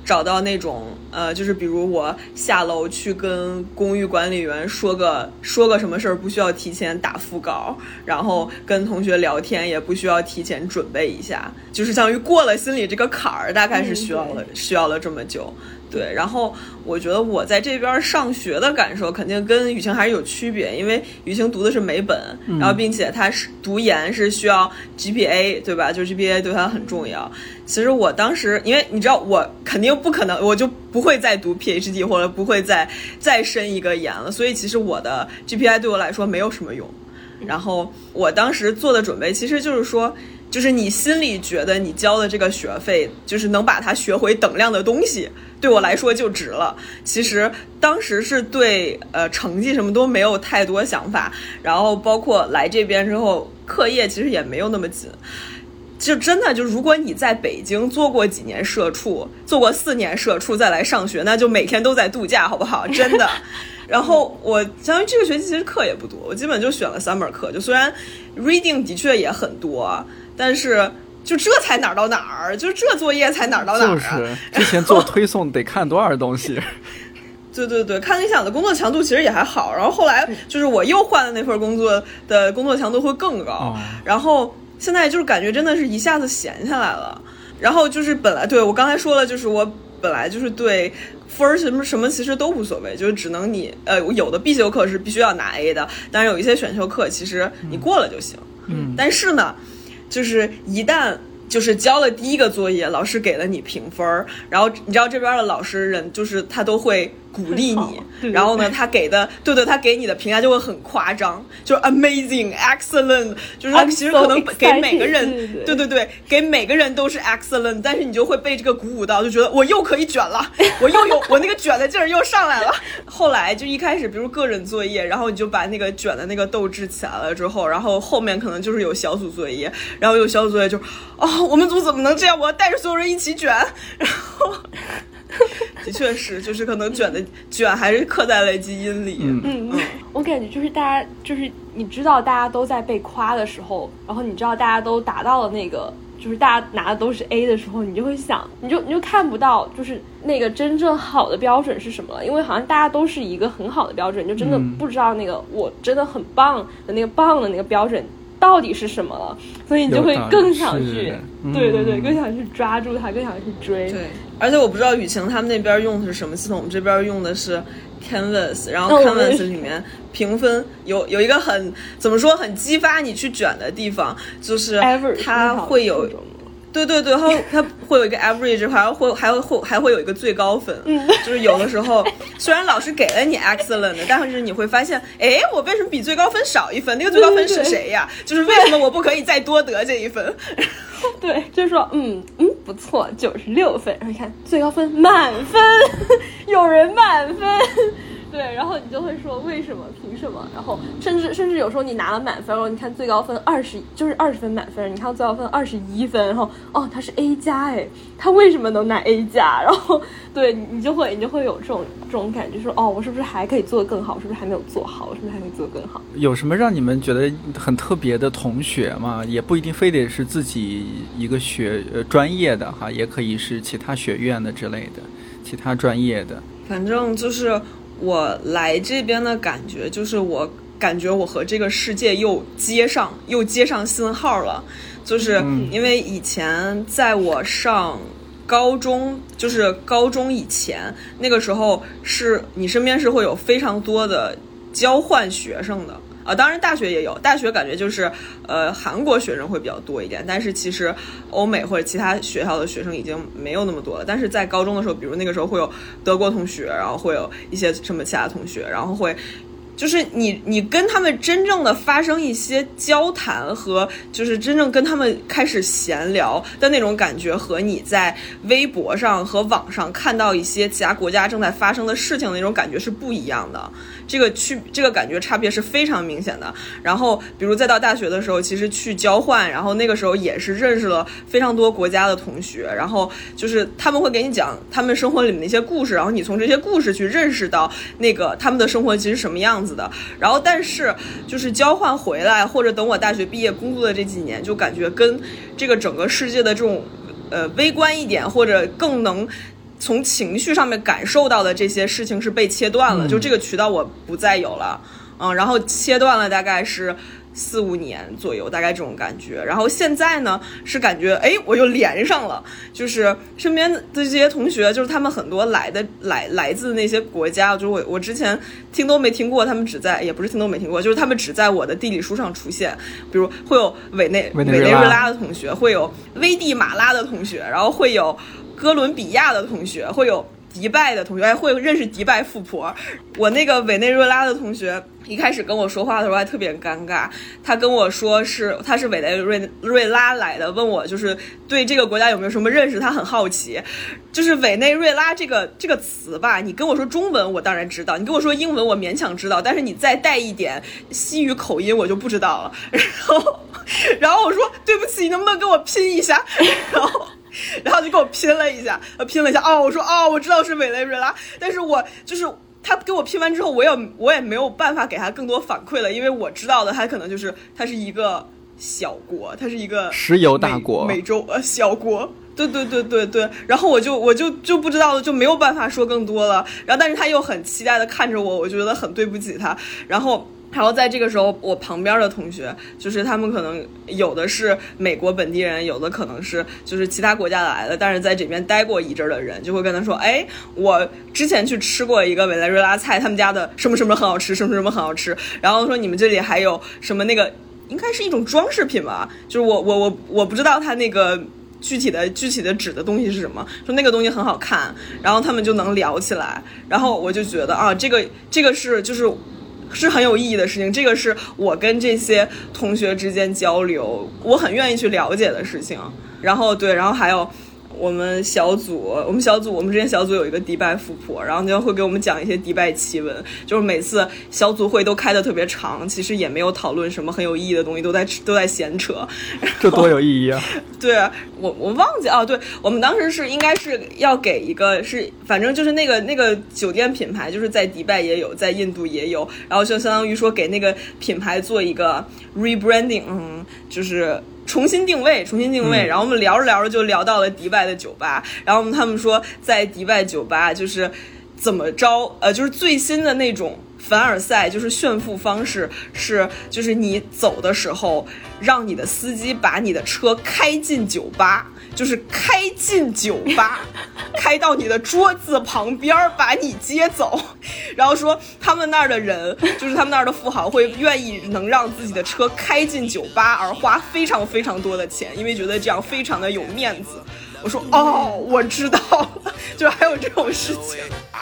找到那种呃，就是比如我下楼去跟公寓管理员说个说个什么事儿，不需要提前打腹稿，然后跟同学聊天也不需要提前准备一下，就是相当于过了心里这个坎儿，大概是需要了、嗯、需要了这么久。对，然后我觉得我在这边上学的感受肯定跟雨晴还是有区别，因为雨晴读的是美本、嗯、然后并且他是读研是需要 G P A 对吧，就是 G P A 对他很重要。其实我当时因为你知道我肯定不可能，我就不会再读 P H D 或者不会再再申一个研了，所以其实我的 G P A 对我来说没有什么用。然后我当时做的准备其实就是说，就是你心里觉得你交的这个学费就是能把它学回等量的东西，对我来说就值了。其实当时是对呃成绩什么都没有太多想法，然后包括来这边之后课业其实也没有那么紧。就真的就如果你在北京做过几年社畜，做过四年社畜再来上学，那就每天都在度假好不好，真的。然后我相当于这个学期其实课也不多，我基本就选了三门课，就虽然 reading 的确也很多，但是就这才哪儿到哪儿，就这作业才哪儿到哪儿、啊、 就是之前做推送得看多少东西。 对对对，看你想的工作强度其实也还好，然后后来就是我又换的那份工作的工作强度会更高、哦、然后现在就是感觉真的是一下子闲下来了。然后就是本来对我刚才说了，就是我本来就是对分什么什么其实都无所谓，就是只能你呃有的必修课是必须要拿 A 的，当然有一些选修课其实你过了就行。 嗯， 但是呢就是一旦就是交了第一个作业，老师给了你评分，然后你知道这边的老师人就是他都会鼓励你，然后呢他给的对对他给你的评价就会很夸张，就是 amazing excellent， 就是他其实可能给每个人 so 对对对给每个人都是 excellent， 但是你就会被这个鼓舞到，就觉得我又可以卷了，我又有我那个卷的劲儿又上来了。后来就一开始比如个人作业，然后你就把那个卷的那个斗志起来了之后，然后后面可能就是有小组作业，然后有小组作业就哦我们组怎么能这样，我要带着所有人一起卷，然后的确是就是可能卷的卷还是刻在了基因里。 嗯嗯，我感觉就是大家就是你知道大家都在被夸的时候，然后你知道大家都达到了那个就是大家拿的都是 A 的时候，你就会想你就你就看不到就是那个真正好的标准是什么了，因为好像大家都是一个很好的标准，你就真的不知道那个我真的很棒的那个棒的那个标准到底是什么了，所以你就会更想去、嗯、对对对更想去抓住它，更想去追。 对，而且我不知道雨晴他们那边用的是什么系统，我们这边用的是 Canvas， 然后 Canvas 里面评分有有一个很怎么说很激发你去卷的地方，就是它会有对对对，它它会有一个 average， 还会还会还会有一个最高分，嗯，就是有的时候虽然老师给了你 excellent 的，但是你会发现，哎，我为什么比最高分少一分？那个最高分是谁呀？就是为什么我不可以再多得这一分？ 对，就是说，嗯嗯，不错，九十六分，然后你看最高分满分，有人满分。对，然后你就会说为什么凭什么，然后甚至甚至有时候你拿了满分了，你看最高分二十就是二十分满分，你看最高分二十一分，然后哦他是 A 加哎，他为什么能拿 A 加？然后对你就会你就会有这种这种感觉，说哦我是不是还可以做得更好，我是不是还没有做好，我是不是还可以做得更好？ 有什么让你们觉得很特别的同学吗？也不一定非得是自己一个学呃专业的哈，也可以是其他学院的之类的，其他专业的。 反正就是我来这边的感觉，就是我感觉我和这个世界又接上又接上信号了，就是因为以前在我上高中，就是高中以前那个时候是你身边是会有非常多的交换学生的啊，当然大学也有，大学感觉就是呃韩国学生会比较多一点，但是其实欧美或者其他学校的学生已经没有那么多了。但是在高中的时候，比如那个时候会有德国同学，然后会有一些什么其他同学，然后会就是你你跟他们真正的发生一些交谈和就是真正跟他们开始闲聊的那种感觉，和你在微博上和网上看到一些其他国家正在发生的事情的那种感觉是不一样的，这个区这个感觉差别是非常明显的。然后比如再到大学的时候，其实去交换，然后那个时候也是认识了非常多国家的同学，然后就是他们会给你讲他们生活里面的一些故事，然后你从这些故事去认识到那个他们的生活其实什么样子的。然后但是就是交换回来或者等我大学毕业工作的这几年，就感觉跟这个整个世界的这种呃微观一点或者更能从情绪上面感受到的这些事情是被切断了， 嗯、 就这个渠道我不再有了，嗯，然后切断了大概是四五年左右，大概这种感觉。然后现在呢是感觉哎我又连上了，就是身边的这些同学，就是他们很多来的来来自那些国家，就是我我之前听都没听过，他们只在也不是听都没听过，就是他们只在我的地理书上出现，比如会有委内委内瑞拉的同学，会有危地马拉的同学，然后会有哥伦比亚的同学，会有迪拜的同学，还会认识迪拜富婆。我那个委内瑞拉的同学一开始跟我说话的时候还特别尴尬，他跟我说是他是委内瑞瑞拉来的，问我就是对这个国家有没有什么认识，他很好奇。就是委内瑞拉这个这个词吧，你跟我说中文我当然知道，你跟我说英文我勉强知道，但是你再带一点西语口音我就不知道了。然后然后我说对不起，你能不能跟我拼一下？然后然后就给我拼了一下，拼了一下，哦，我说哦，我知道是委内瑞拉，但是我就是他给我拼完之后，我也我也没有办法给他更多反馈了，因为我知道的他可能就是他是一个小国，他是一个石油大国， 美洲呃小国，对对对对对，然后我就我就就不知道了，就没有办法说更多了。然后但是他又很期待的看着我，我觉得很对不起他，然后。然后在这个时候，我旁边的同学，就是他们可能有的是美国本地人，有的可能是就是其他国家来的，但是在这边待过一阵的人，就会跟他说，哎，我之前去吃过一个委内瑞拉菜，他们家的什么什么很好吃，什么什么很好吃，然后说你们这里还有什么那个应该是一种装饰品吧，就是我我我我不知道它那个具体的具体的指的东西是什么，说那个东西很好看，然后他们就能聊起来，然后我就觉得啊，这个这个是就是是很有意义的事情，这个是我跟这些同学之间交流我很愿意去了解的事情。然后对，然后还有我们小组我们小组我们之前小组有一个迪拜富婆，然后就会给我们讲一些迪拜奇闻，就是每次小组会都开得特别长，其实也没有讨论什么很有意义的东西，都在都在闲扯。 这多有意义啊。 对，我我忘记哦，对，我们当时是应该是要给一个是反正就是那个那个酒店品牌，就是在迪拜也有，在印度也有，然后就相当于说给那个品牌做一个 rebranding， 嗯，就是重新定位重新定位、嗯、然后我们聊着聊着就聊到了迪拜的酒吧，然后他们说在迪拜酒吧就是怎么着呃，就是最新的那种凡尔赛，就是炫富方式是就是你走的时候让你的司机把你的车开进酒吧，就是开进酒吧开到你的桌子旁边把你接走，然后说他们那儿的人就是他们那儿的富豪会愿意能让自己的车开进酒吧而花非常非常多的钱，因为觉得这样非常的有面子。我说哦，我知道了，就还有这种事情。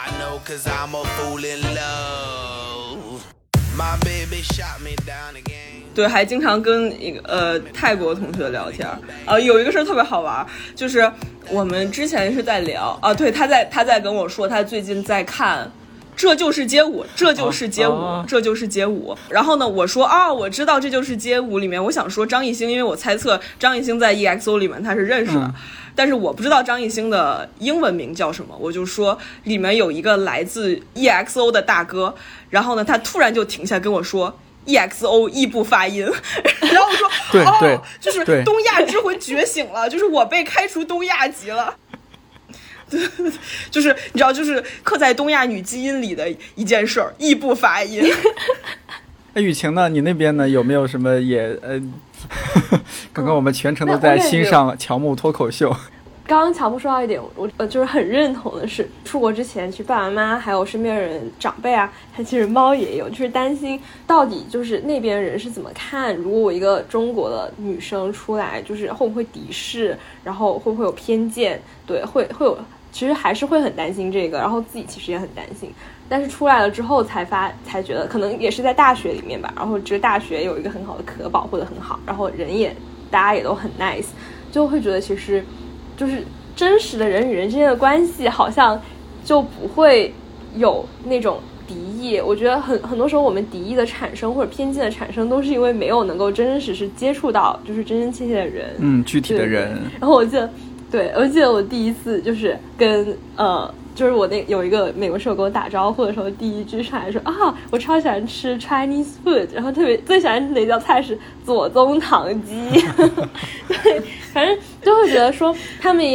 对，还经常跟一个呃泰国同学聊天，呃，有一个事儿特别好玩，就是我们之前是在聊啊，对，他在他在跟我说他最近在看。这就是街舞，这就是街舞，哦、这就是街舞。然后呢，我说啊，我知道这就是街舞里面，我想说张艺兴，因为我猜测张艺兴在 E X O 里面他是认识的，嗯、但是我不知道张艺兴的英文名叫什么，我就说里面有一个来自 E X O 的大哥，然后呢，他突然就停下跟我说 E X O 异步发音，然后我说对哦对， 就是东亚之魂觉醒了，就是我被开除东亚籍了。对，就是你知道，就是刻在东亚女基因里的一件事儿，异步发音。 哎，雨晴呢？你那边呢？有没有什么也呃？刚刚我们全程都在欣赏乔木脱口秀。 刚刚乔木说到一点，我呃就是很认同的是，出国之前，其实爸爸妈妈还有身边人长辈啊，他其实猫也有，就是担心到底就是那边人是怎么看，如果我一个中国的女生出来，就是会不会敌视，然后会不会有偏见，对，会会有，其实还是会很担心这个，然后自己其实也很担心。但是出来了之后才发才觉得，可能也是在大学里面吧，然后这个大学有一个很好的课保护的很好，然后人也大家也都很 nice， 就会觉得其实就是真实的人与人之间的关系好像就不会有那种敌意。我觉得很很多时候我们敌意的产生或者偏见的产生都是因为没有能够真真实实接触到就是真真切切的人， 嗯，具体的人。 然后我记得对我记得我第一次就是跟呃就是我那有一个美国室友跟我打招呼的时候，第一句上来说啊，我超喜欢吃 Chinese food， 然后特别最喜欢哪道菜是左宗棠鸡。对，反正就会觉得说他们也有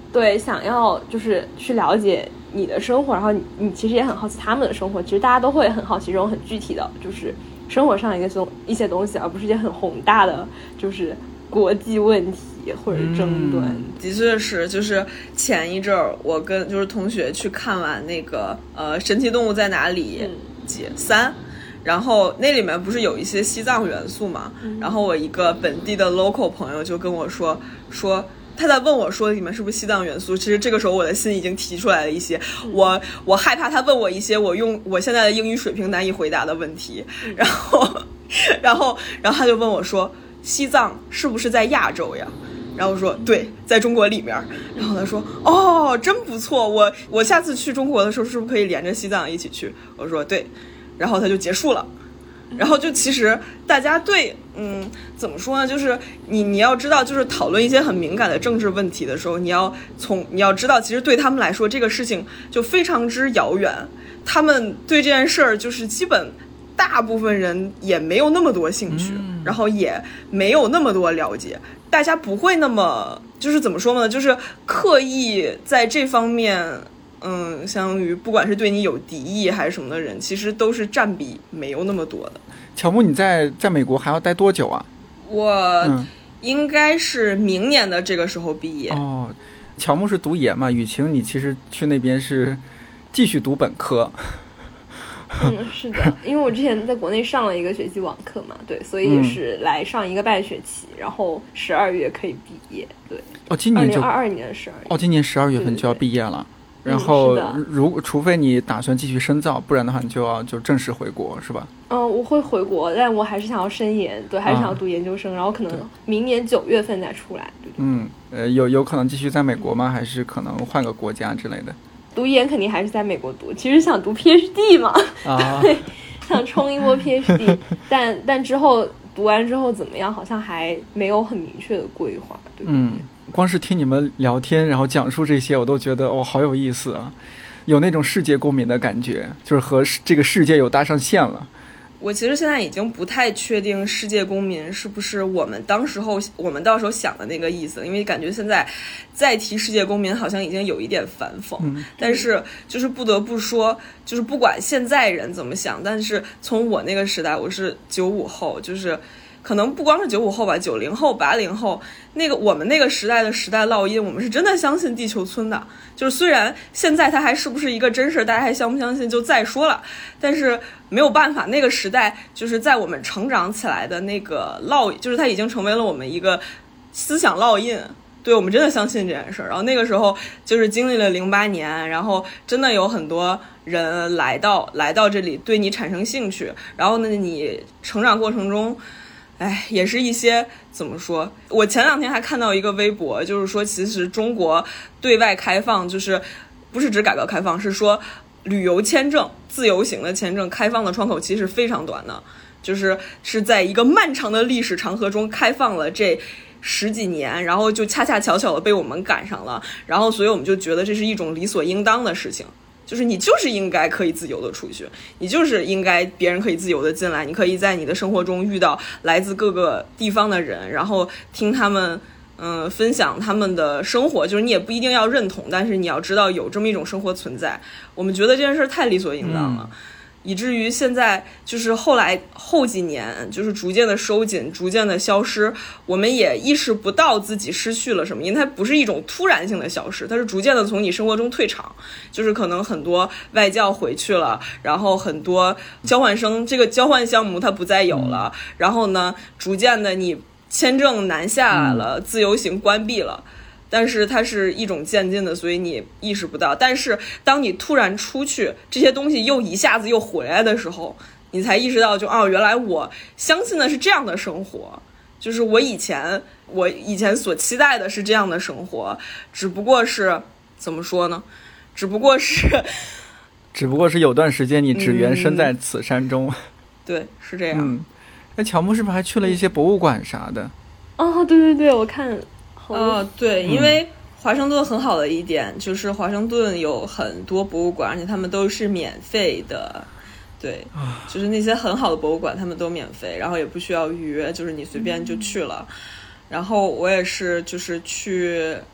对，想要就是去了解你的生活，然后你你其实也很好奇他们的生活，其实大家都会很好奇这种很具体的，就是生活上一个东一些东西，而不是一些很宏大的，就是国际问题或者争端。 嗯、的确是，就是前一阵儿我跟就是同学去看完那个呃《神奇动物在哪里》几、嗯、三。然后那里面不是有一些西藏元素嘛、嗯、然后我一个本地的 local 朋友就跟我说说他在问我说里面是不是西藏元素，其实这个时候我的心已经提出来了一些、嗯、我我害怕他问我一些我用我现在的英语水平难以回答的问题、嗯、然后然后然后他就问我说西藏是不是在亚洲呀，然后我说对，在中国里面。然后他说哦真不错，我我下次去中国的时候是不是可以连着西藏一起去，我说对，然后他就结束了。然后就其实大家对嗯怎么说呢，就是你你要知道，就是讨论一些很敏感的政治问题的时候，你要从你要知道其实对他们来说这个事情就非常之遥远，他们对这件事儿就是基本大部分人也没有那么多兴趣、嗯、然后也没有那么多了解，大家不会那么就是怎么说呢，就是刻意在这方面嗯，相当于不管是对你有敌意还是什么的人，其实都是占比没有那么多的。 乔木，你在在美国还要待多久啊？ 我应该是明年的这个时候毕业。 哦，乔木是读研嘛？雨晴，你其实去那边是继续读本科。 嗯，是的，因为我之前在国内上了一个学期网课嘛，对，所以也是来上一个半学期，嗯、然后十二月可以毕业。对， 哦，今年就二零二二年十二月。 哦，今年十二月份就要毕业了。对对对，然后，嗯、如除非你打算继续深造，不然的话你就要就正式回国，是吧？ 嗯，我会回国，但我还是想要深研，对，还是想要读研究生，啊、然后可能明年九月份再出来。对对对， 嗯，呃，有有可能继续在美国吗？还是可能换个国家之类的？ 读研肯定还是在美国读，其实想读 PhD 嘛， 啊、 对，想冲一波 PhD， 但但之后读完之后怎么样，好像还没有很明确的规划，对不对？ 嗯，光是听你们聊天，然后讲述这些，我都觉得哦，好有意思啊，有那种世界公民的感觉，就是和这个世界有搭上线了。 我其实现在已经不太确定世界公民是不是我们当时候我们到时候想的那个意思，因为感觉现在再提世界公民好像已经有一点反讽、嗯、但是就是不得不说，就是不管现在人怎么想，但是从我那个时代，我是九五后，就是可能不光是九五后吧，九零后八零后，那个我们那个时代的时代烙印，我们是真的相信地球村的，就是虽然现在它还是不是一个真事，大家还相不相信就再说了，但是没有办法，那个时代就是在我们成长起来的那个烙，就是它已经成为了我们一个思想烙印，对，我们真的相信这件事。然后那个时候就是经历了零八年，然后真的有很多人来到来到这里对你产生兴趣，然后呢你成长过程中哎，也是一些怎么说，我前两天还看到一个微博，就是说其实中国对外开放，就是不是指改革开放，是说旅游签证自由行的签证开放的窗口期是非常短的，就是是在一个漫长的历史长河中开放了这十几年，然后就恰恰巧巧的被我们赶上了，然后所以我们就觉得这是一种理所应当的事情，就是你就是应该可以自由的出去，你就是应该别人可以自由的进来，你可以在你的生活中遇到来自各个地方的人，然后听他们嗯、呃、分享他们的生活，就是你也不一定要认同，但是你要知道有这么一种生活存在，我们觉得这件事太理所应当了、嗯、以至于现在就是后来后几年就是逐渐的收紧，逐渐的消失，我们也意识不到自己失去了什么，因为它不是一种突然性的消失，它是逐渐的从你生活中退场，就是可能很多外教回去了，然后很多交换生这个交换项目它不再有了、嗯、然后呢逐渐的你签证南下了、嗯、自由行关闭了，但是它是一种渐进的，所以你意识不到，但是当你突然出去，这些东西又一下子又回来的时候，你才意识到就哦，原来我相信的是这样的生活，就是我以前我以前所期待的是这样的生活，只不过是怎么说呢，只不过是只不过是有段时间你只缘身在此山中、嗯、 对，是这样。 嗯，那乔木是不是还去了一些博物馆啥的？ 哦，对对对，我看哦，对，因为华盛顿很好的一点就是华盛顿有很多博物馆，而且他们都是免费的，对，就是那些很好的博物馆他们都免费，然后也不需要预约，就是你随便就去了、嗯、然后我也是就是去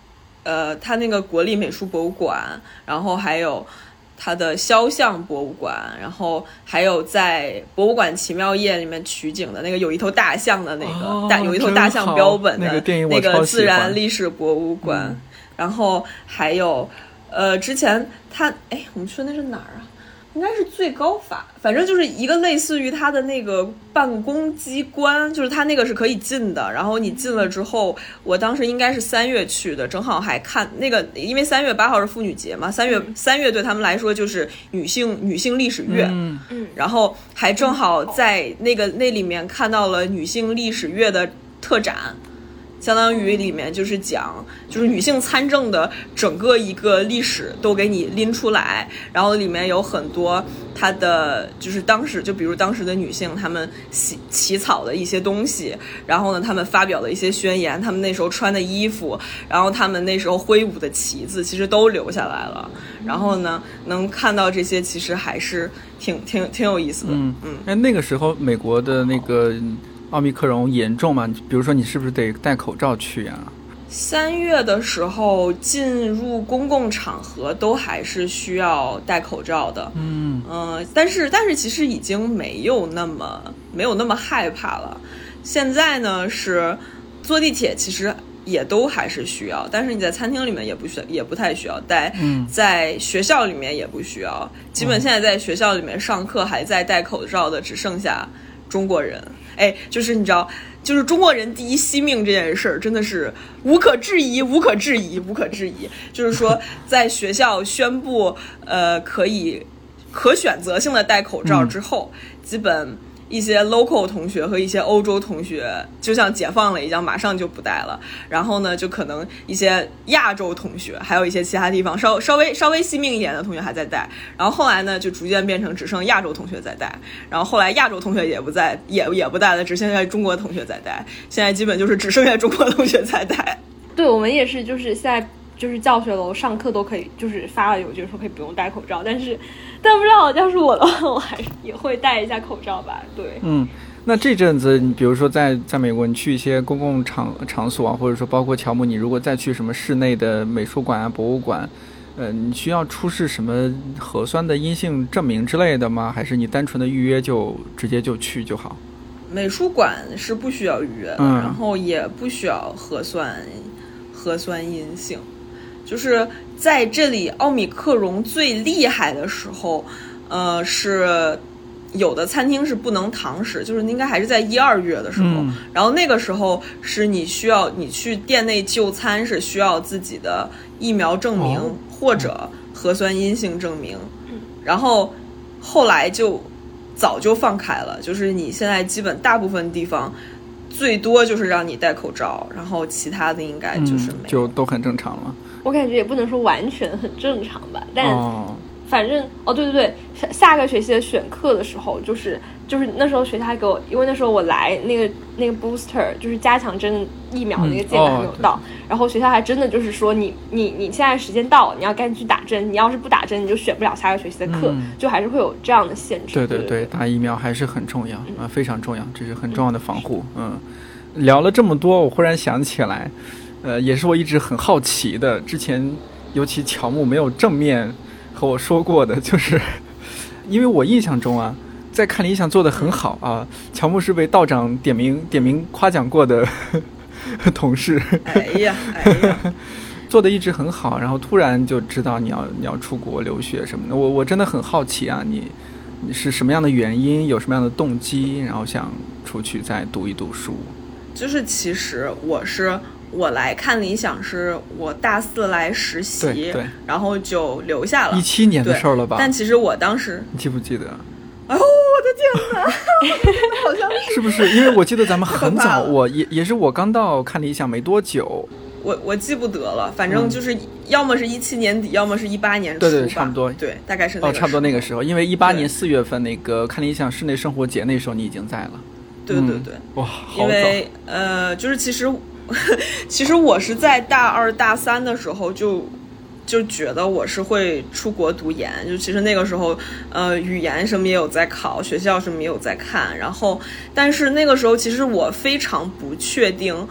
呃，它那个国立美术博物馆，然后还有它的肖像博物馆，然后还有在博物馆奇妙夜里面取景的那个有一头大象的那个、哦、大有一头大象标本的那个电影， 那个自然历史博物馆、 嗯、 然后还有呃之前它哎我们说那是哪儿啊？应该是最高法，反正就是一个类似于它的那个办公机关，就是它那个是可以进的。然后你进了之后，我当时应该是三月去的，正好还看那个，因为三月八号是妇女节嘛，三月三月对他们来说就是女性女性历史月， 嗯嗯， 然后还正好在那个那里面看到了女性历史月的特展。相当于里面就是讲就是女性参政的整个一个历史都给你拎出来，然后里面有很多她的就是当时就比如当时的女性她们起起草的一些东西，然后呢她们发表的一些宣言，她们那时候穿的衣服，然后她们那时候挥舞的旗子其实都留下来了，然后呢能看到这些其实还是挺挺挺有意思的。 嗯嗯，哎，那个时候美国的那个奥密克戎严重吗？比如说你是不是得戴口罩去啊？ 三月的时候进入公共场合都还是需要戴口罩的。 嗯嗯、呃，但是但是其实已经没有那么没有那么害怕了。现在呢是坐地铁其实也都还是需要，但是你在餐厅里面也不需要，也不太需要戴。 嗯， 在学校里面也不需要。基本现在在学校里面上课还在戴口罩的只剩下中国人。哎，就是你知道，就是中国人第一惜命这件事儿，真的是无可置疑，无可置疑，无可置疑。就是说，在学校宣布呃可以可选择性的戴口罩之后，嗯、基本一些 local 同学和一些欧洲同学就像解放了一样，马上就不戴了。然后呢，就可能一些亚洲同学，还有一些其他地方稍稍微稍微惜命一点的同学还在戴。然后后来呢，就逐渐变成只剩亚洲同学在戴。然后后来亚洲同学也不在，也也不戴了，只剩下中国同学在戴。现在基本就是只剩下中国同学在戴。 对，我们也是，就是现在就是教学楼上课都可以，就是发了邮件说可以不用戴口罩，但是但不知道要是我的话，我还是也会戴一下口罩吧。对， 嗯，那这阵子你比如说在在美国，你去一些公共场场所啊，或者说包括乔姆，你如果再去什么室内的美术馆啊、博物馆，呃，你需要出示什么核酸的阴性证明之类的吗？还是你单纯的预约就直接就去就好？ 美术馆是不需要预约的， 嗯、 然后也不需要核酸核酸阴性。就是在这里奥密克戎最厉害的时候，呃，是有的餐厅是不能堂食，就是应该还是在一二月的时候、嗯、然后那个时候是你需要你去店内就餐是需要自己的疫苗证明、哦、或者核酸阴性证明、嗯、然后后来就早就放开了，就是你现在基本大部分地方最多就是让你戴口罩，然后其他的应该就是没有、 嗯、就都很正常了。 我感觉也不能说完全很正常吧，但反正 哦, 哦对对对，下下个学期的选课的时候，就是就是那时候学校还给我，因为那时候我来那个那个 booster 就是加强针疫苗那个键还没有到、嗯哦、然后学校还真的就是说你你你现在时间到了，你要赶紧去打针，你要是不打针你就选不了下个学期的课、嗯、就还是会有这样的限制。 对对 对, 对, 对，打疫苗还是很重要、嗯、啊，非常重要，这是很重要的防护。嗯，嗯聊了这么多，我忽然想起来。呃，也是我一直很好奇的，之前尤其乔木没有正面和我说过的，就是因为我印象中啊，在看理想做得很好啊，乔木是被道长点名点名夸奖过的呵呵同事， 哎呀哎呀， 做得一直很好，然后突然就知道你要你要出国留学什么的，我我真的很好奇啊，你你是什么样的原因，有什么样的动机，然后想出去再读一读书？ 就是其实我是。我来看理想是我大四来实习， 对对， 然后就留下了。 一七年的事儿了吧？ 但其实我当时， 你记不记得？ 哦，我的天哪，好像是是不是？因为我记得咱们很早，我也也是我刚到看理想没多久， 我我记不得了，反正就是要么是一七年底，要么是一八年初吧， 对对，差不多， 对，大概是那个哦，差不多那个时候，因为一八年四月份那个看理想室内生活节那时候你已经在了， 对对对， 嗯、哇，好早， 因为呃，就是其实。其实我是在大二大三的时候就就觉得我是会出国读研，就其实那个时候呃语言什么也有在考，学校什么也有在看，然后但是那个时候其实我非常不确定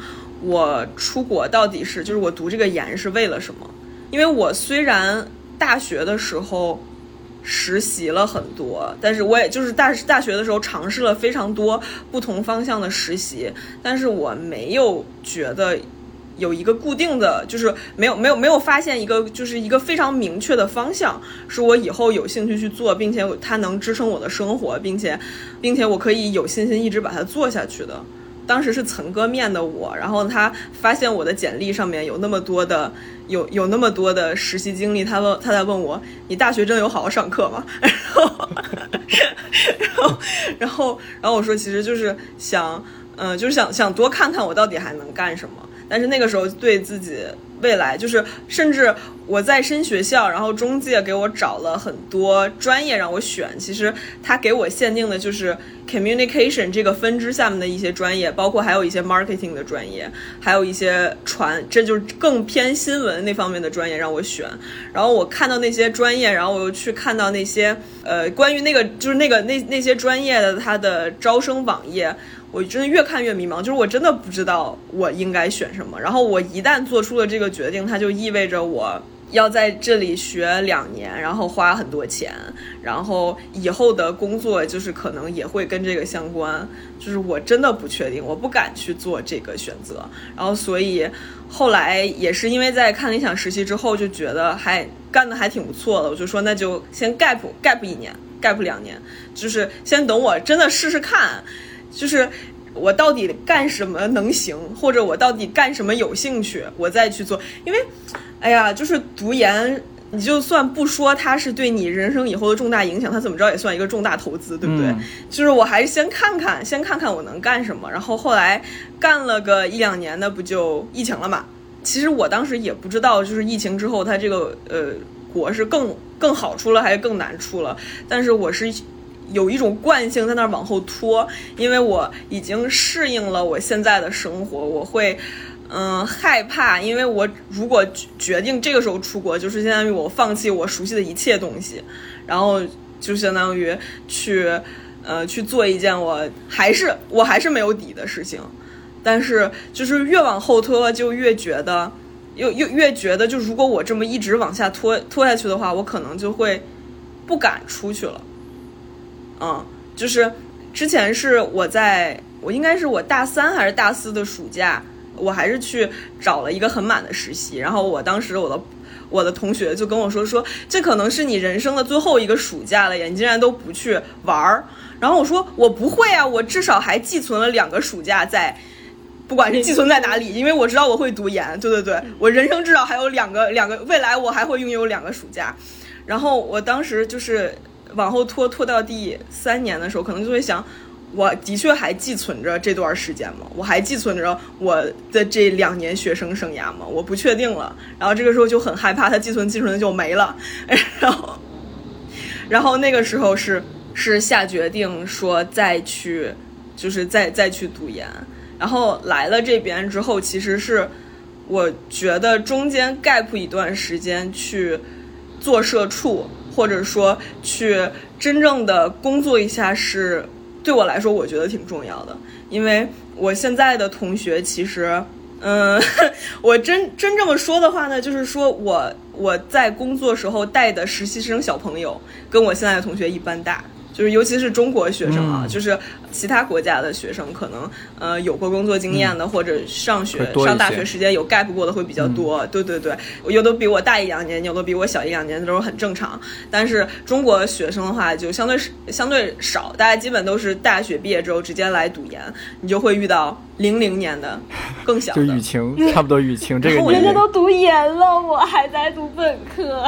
我出国到底是就是我读这个研是为了什么。因为我虽然大学的时候实习了很多，但是我也就是大大学的时候尝试了非常多不同方向的实习，但是我没有觉得有一个固定的，就是没有没有没有发现一个就是一个非常明确的方向，是我以后有兴趣去做，并且它能支撑我的生活，并且并且我可以有信心一直把它做下去的。当时是曾割面的我，然后他发现我的简历上面有那么多的有有那么多的实习经历，他问他在问我，你大学真的有好好上课吗？然后然后然后然后我说其实就是想嗯、呃，就是想想多看看我到底还能干什么。但是那个时候对自己未来就是甚至我在升学校，然后中介给我找了很多专业让我选，其实他给我限定的就是 communication 这个分支下面的一些专业，包括还有一些 marketing 的专业，还有一些传，这就是更偏新闻那方面的专业让我选。然后我看到那些专业，然后我又去看到那些呃关于那个就是那个那那些专业的它的招生网页，我真的越看越迷茫，就是我真的不知道我应该选什么。然后我一旦做出了这个决定，它就意味着我要在这里学两年，然后花很多钱，然后以后的工作就是可能也会跟这个相关，就是我真的不确定，我不敢去做这个选择。然后所以后来也是因为在看理想实习之后就觉得还干得还挺不错的，我就说那就先 gap gap 一年 gap 两年，就是先等我真的试试看，就是我到底干什么能行，或者我到底干什么有兴趣，我再去做。因为哎呀，就是读研你就算不说它是对你人生以后的重大影响，它怎么着也算一个重大投资，对不对？嗯、就是我还是先看看先看看我能干什么，然后后来干了个一两年的不就疫情了嘛。其实我当时也不知道就是疫情之后它这个呃国是更更好出了还是更难出了，但是我是有一种惯性在那儿往后拖，因为我已经适应了我现在的生活，我会嗯害怕，因为我如果决定这个时候出国，就是相当于我放弃我熟悉的一切东西，然后就相当于去呃去做一件我还是我还是没有底的事情。但是就是越往后拖就越觉得又又越觉得就如果我这么一直往下拖拖下去的话，我可能就会不敢出去了。嗯，就是之前是我在我应该是我大三还是大四的暑假，我还是去找了一个很满的实习，然后我当时我的我的同学就跟我说说这可能是你人生的最后一个暑假了呀，你竟然都不去玩。然后我说我不会啊，我至少还寄存了两个暑假在，不管是寄存在哪里，因为我知道我会读研，对对对，我人生至少还有两个两个未来我还会拥有两个暑假。然后我当时就是往后拖拖到第三年的时候，可能就会想，我的确还寄存着这段时间吗？我还寄存着我的这两年学生生涯吗？我不确定了。然后这个时候就很害怕，它寄存寄存的就没了。然后，然后那个时候是是下决定说再去，就是再再去读研。然后来了这边之后，其实是我觉得中间 gap 一段时间去做社畜，或者说去真正的工作一下，是对我来说我觉得挺重要的。因为我现在的同学其实嗯，我真真这么说的话呢，就是说我我在工作时候带的实习生小朋友跟我现在的同学一般大，就是尤其是中国学生啊，嗯、就是其他国家的学生可能呃有过工作经验的，嗯、或者上学上大学时间有 gap 过的会比较多。嗯、对对对，有的比我大一两年，有的比我小一两年，都是很正常。但是中国学生的话就相对相对少，大家基本都是大学毕业之后直接来读研，你就会遇到零零年的更小的， 就雨晴差不多雨晴这个年龄， 人家都读研了，我还在读本科。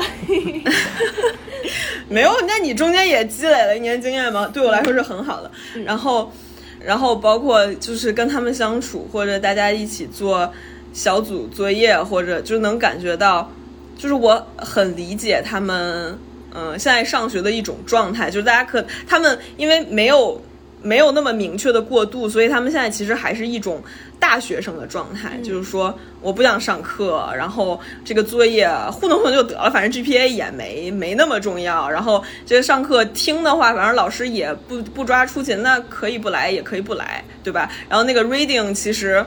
没有，那你中间也积累了一年经验吗？对我来说是很好的。嗯、然后，然后包括就是跟他们相处，或者大家一起做小组作业，或者就能感觉到，就是我很理解他们，嗯、呃，现在上学的一种状态，就是大家可他们因为没有。没有那么明确的过渡，所以他们现在其实还是一种大学生的状态，嗯、就是说我不想上课，然后这个作业糊弄糊弄就得了，反正 G P A 也没没那么重要，然后这个上课听的话，反正老师也不不抓出勤，那可以不来也可以不来，对吧？然后那个 reading 其实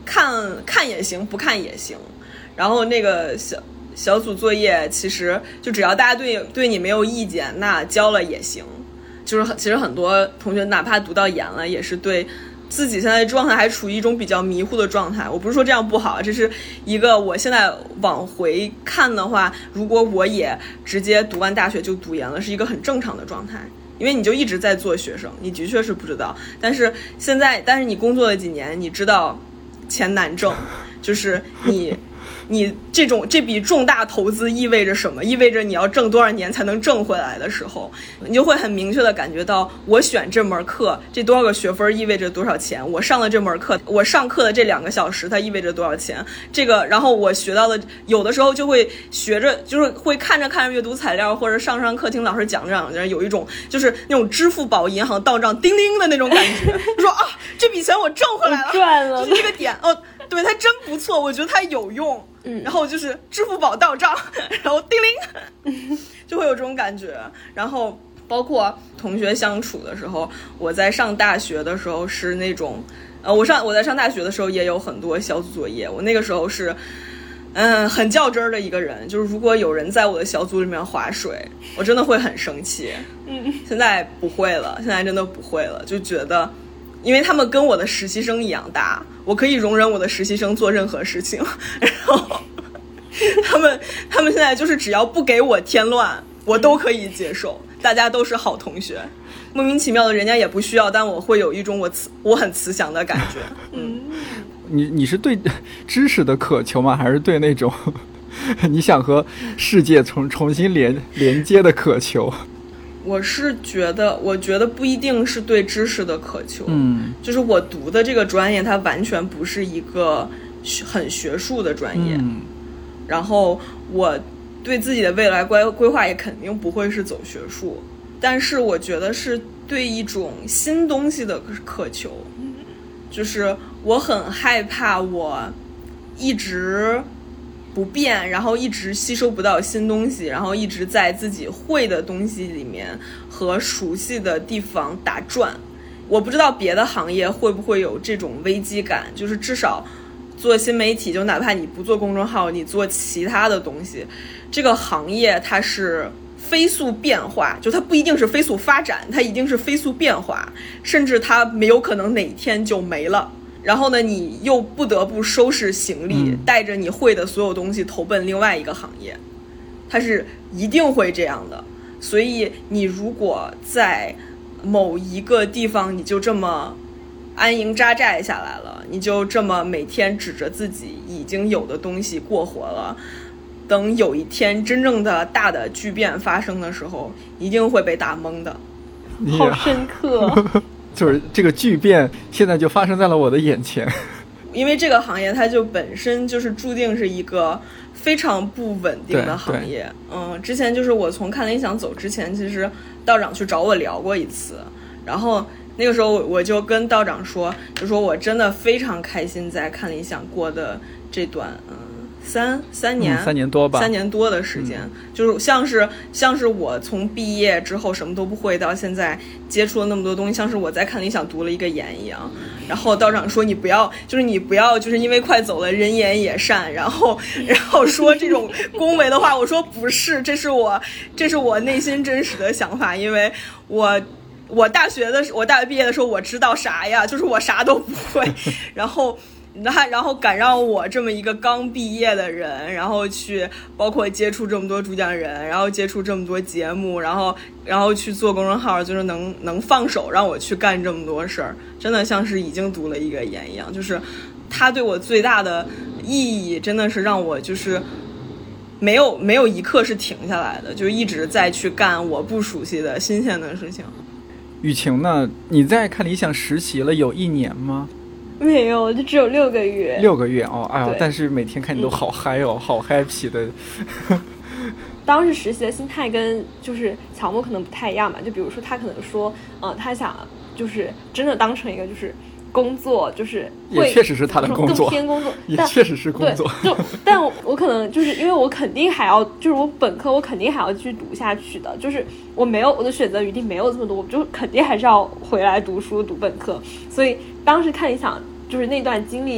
看看也行，不看也行。然后那个小小组作业，其实就只要大家对对你没有意见，那交了也行。就是其实很多同学哪怕读到研了，也是对自己现在的状态还处于一种比较迷糊的状态。我不是说这样不好，这是一个我现在往回看的话，如果我也直接读完大学就读研了，是一个很正常的状态。因为你就一直在做学生，你的确是不知道，但是现在但是你工作了几年，你知道钱难挣，就是你你这种这笔重大投资意味着什么？意味着你要挣多少年才能挣回来的时候，你就会很明确的感觉到，我选这门课，这多少个学分意味着多少钱？我上了这门课，我上课的这两个小时，它意味着多少钱？这个，然后我学到的，有的时候就会学着，就是会看着看着阅读材料，或者上上课听老师讲讲，有一种就是那种支付宝银行到账叮叮的那种感觉，就说啊，这笔钱我挣回来了， 赚了， 就是这个点哦。对，它真不错，我觉得它有用。嗯，然后就是支付宝到账，然后叮铃，就会有这种感觉。然后包括同学相处的时候，我在上大学的时候是那种，呃，我上我在上大学的时候也有很多小组作业。我那个时候是，嗯，很较真儿的一个人，就是如果有人在我的小组里面划水，我真的会很生气。嗯，现在不会了，现在真的不会了，就觉得。因为他们跟我的实习生一样大，我可以容忍我的实习生做任何事情，然后他们他们现在就是只要不给我添乱，我都可以接受，大家都是好同学，莫名其妙的人家也不需要，但我会有一种我慈我很慈祥的感觉。嗯， 你你是对知识的渴求吗？还是对那种你想和世界重重新连连接的渴求？ 我是觉得，我觉得不一定是对知识的渴求， 嗯， 就是我读的这个专业，它完全不是一个很学术的专业， 嗯， 然后我对自己的未来规规划也肯定不会是走学术，但是我觉得是对一种新东西的渴求，就是我很害怕我一直不变，然后一直吸收不到新东西，然后一直在自己会的东西里面和熟悉的地方打转。我不知道别的行业会不会有这种危机感，就是至少做新媒体，就哪怕你不做公众号，你做其他的东西，这个行业它是飞速变化，就它不一定是飞速发展，它一定是飞速变化，甚至它没有可能哪天就没了。然后呢，你又不得不收拾行李，嗯，带着你会的所有东西投奔另外一个行业，它是一定会这样的。所以你如果在某一个地方你就这么安营扎寨下来了，你就这么每天指着自己已经有的东西过活了，等有一天真正的大的巨变发生的时候，一定会被打懵的。 好深刻。 就是这个巨变现在就发生在了我的眼前。 因为这个行业它就本身就是注定是一个非常不稳定的行业。嗯，之前就是我从看理想走之前，其实道长去找我聊过一次，然后那个时候我就跟道长说，就说我真的非常开心在看理想过的这段嗯三三年、 嗯、三年多吧， 三年多的时间，嗯、就是像是像是我从毕业之后什么都不会到现在接触了那么多东西，像是我在看理想读了一个研一样。然后道长说你不要，就是你不要，就是因为快走了人言也善，然后然后说这种恭维的话。我说不是，这是我这是我内心真实的想法，因为我。我大学的我大学毕业的时候，我知道啥呀？就是我啥都不会，然后，然后敢让我这么一个刚毕业的人，然后去包括接触这么多主讲人，然后接触这么多节目，然后然后去做公众号，就是能能放手让我去干这么多事儿，真的像是已经读了一个研一样。就是他对我最大的意义，真的是让我就是没有没有一刻是停下来的，就一直在去干我不熟悉的新鲜的事情。 雨晴呢？你在看理想实习了有一年吗？ 没有，就只有六个月。 六个月哦，哎呦！但是每天看你都好嗨哦，嗯、好 happy 的。 当时实习的心态跟就是乔木可能不太一样吧，就比如说他可能说，呃，他想就是真的当成一个就是工作，就是也确实是他的工作， 更偏工作， 也确实是工作。 就但我我可能就是因为我肯定还要，就是我本科我肯定还要继续读下去的，就是我没有我的选择余地没有这么多，我就肯定还是要回来读书读本科。所以当时看理想就是那段经历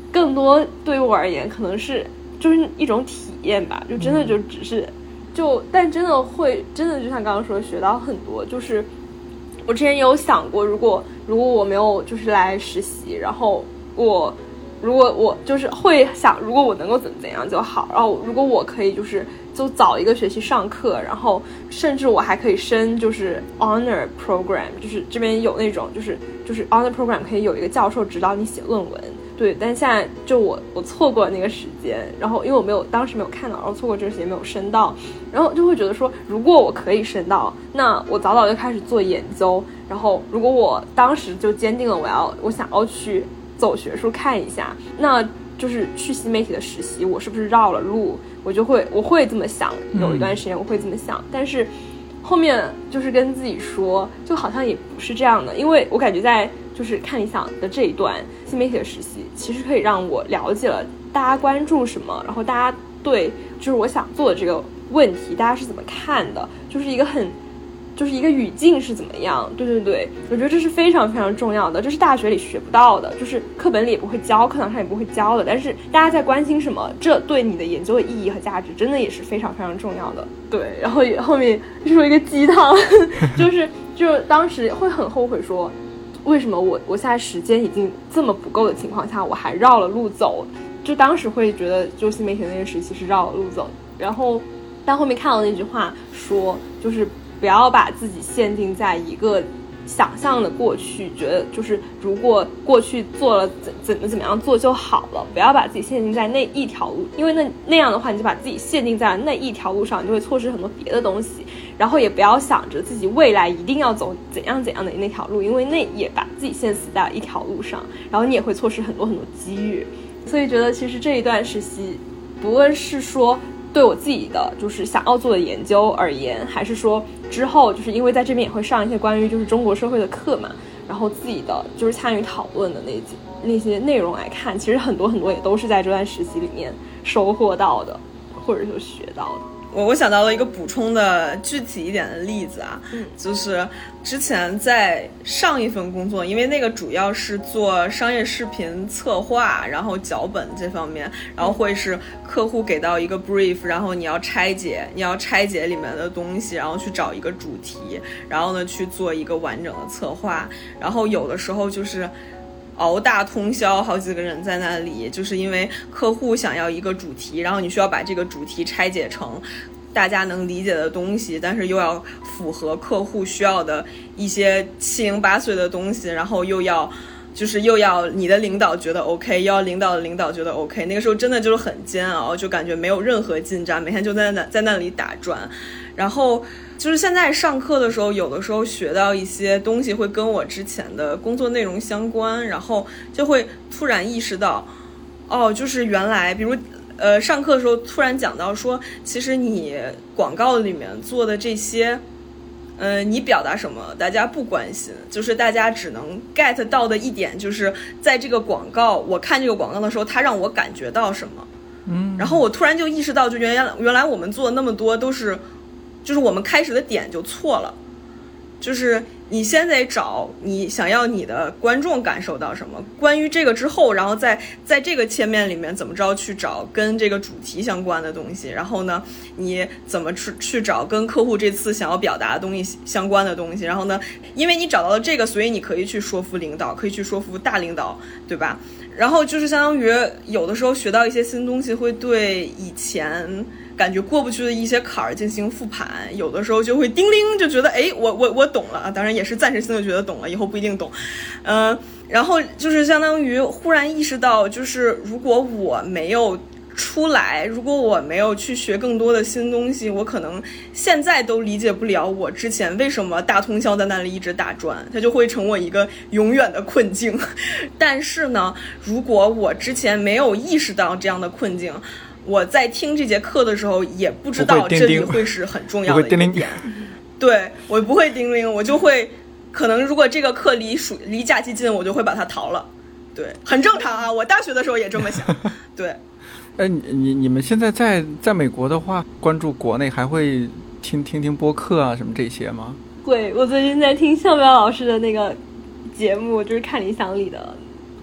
更多对于我而言可能是就是一种体验吧，就真的就只是、嗯、就但真的会真的就像刚刚说学到很多。就是我之前有想过，如果如果我没有就是来实习，然后我如果我就是会想，如果我能够怎么怎样就好，然后如果我可以就是就早一个学期上课，然后甚至我还可以升就是 honor program， 就是这边有那种就是就是 honor program 可以有一个教授指导你写论文。对，但现在就我我错过了那个时间，然后因为我没有当时没有看到，然后错过这个时间没有升到，然后就会觉得说，如果我可以升到，那我早早就开始做研究，然后如果我当时就坚定了我要我想要去走学术看一下，那就是去新媒体的实习，我是不是绕了路？我就会我会这么想，有一段时间我会这么想，但是后面就是跟自己说，就好像也不是这样的，因为我感觉在就是看理想的这一段新媒体的实习，其实可以让我了解了大家关注什么，然后大家对就是我想做的这个问题大家是怎么看的，就是一个很就是一个语境是怎么样。对对对，我觉得这是非常非常重要的，这是大学里学不到的，就是课本里也不会教，课堂上也不会教的，但是大家在关心什么，这对你的研究的意义和价值真的也是非常非常重要的。对，然后也后面就说一个鸡汤就是就是当时会很后悔说，为什么我我现在时间已经这么不够的情况下，我还绕了路走。就当时会觉得就新媒体的那个时期是绕了路走，然后但后面看到那句话说，就是不要把自己限定在一个想象的过去，觉得就是如果过去做了怎怎么怎么样做就好了，不要把自己限定在那一条路，因为那那样的话，你就把自己限定在那一条路上，你就会错失很多别的东西。然后也不要想着自己未来一定要走怎样怎样的那条路，因为那也把自己限死在一条路上，然后你也会错失很多很多机遇。所以觉得其实这一段实习，不论是说对我自己的就是想要做的研究而言，还是说之后就是因为在这边也会上一些关于就是中国社会的课嘛，然后自己的就是参与讨论的那些那些内容来看，其实很多很多也都是在这段实习里面收获到的，或者说学到的。 我我想到了一个补充的具体一点的例子啊，嗯，就是之前在上一份工作，因为那个主要是做商业视频策划，然后脚本这方面，然后会是客户给到一个 brief， 然后你要拆解，你要拆解里面的东西，然后去找一个主题，然后呢去做一个完整的策划，然后有的时候就是熬大通宵，好几个人在那里，就是因为客户想要一个主题，然后你需要把这个主题拆解成大家能理解的东西，但是又要符合客户需要的一些七零八碎的东西，然后又要就是又要你的领导觉得 OK， 又要领导的领导觉得 OK， 那个时候真的就是很煎熬，就感觉没有任何进展，每天就在那在那里打转。然后就是现在上课的时候，有的时候学到一些东西会跟我之前的工作内容相关，然后就会突然意识到，哦，就是原来比如呃上课的时候突然讲到说，其实你广告里面做的这些呃你表达什么大家不关心，就是大家只能 get 到的一点就是在这个广告，我看这个广告的时候它让我感觉到什么。嗯，然后我突然就意识到，就原来原来我们做的那么多都是就是我们开始的点就错了，就是你先得找你想要你的观众感受到什么，关于这个之后，然后在在这个切面里面怎么着去找跟这个主题相关的东西，然后呢你怎么去去找跟客户这次想要表达的东西相关的东西，然后呢因为你找到了这个，所以你可以去说服领导，可以去说服大领导，对吧？然后就是相当于有的时候学到一些新东西，会对以前感觉过不去的一些坎儿进行复盘，有的时候就会叮铃，就觉得哎，我我我懂了啊，当然也是暂时性的觉得懂了，以后不一定懂，嗯、呃，然后就是相当于忽然意识到，就是如果我没有出来，如果我没有去学更多的新东西，我可能现在都理解不了我之前为什么大通宵在那里一直打转，它就会成我一个永远的困境。但是呢，如果我之前没有意识到这样的困境，我在听这节课的时候也不知道这里会是很重要的一个点。对，我不会叮铃，我就会可能如果这个课离暑离假期近，我就会把它逃了。对，很正常啊，我大学的时候也这么想。对。 哎，你你你们现在在在美国的话，关注国内还会听听听播客啊什么这些吗？ 会，我最近在听向彪老师的那个节目，就是看理想里的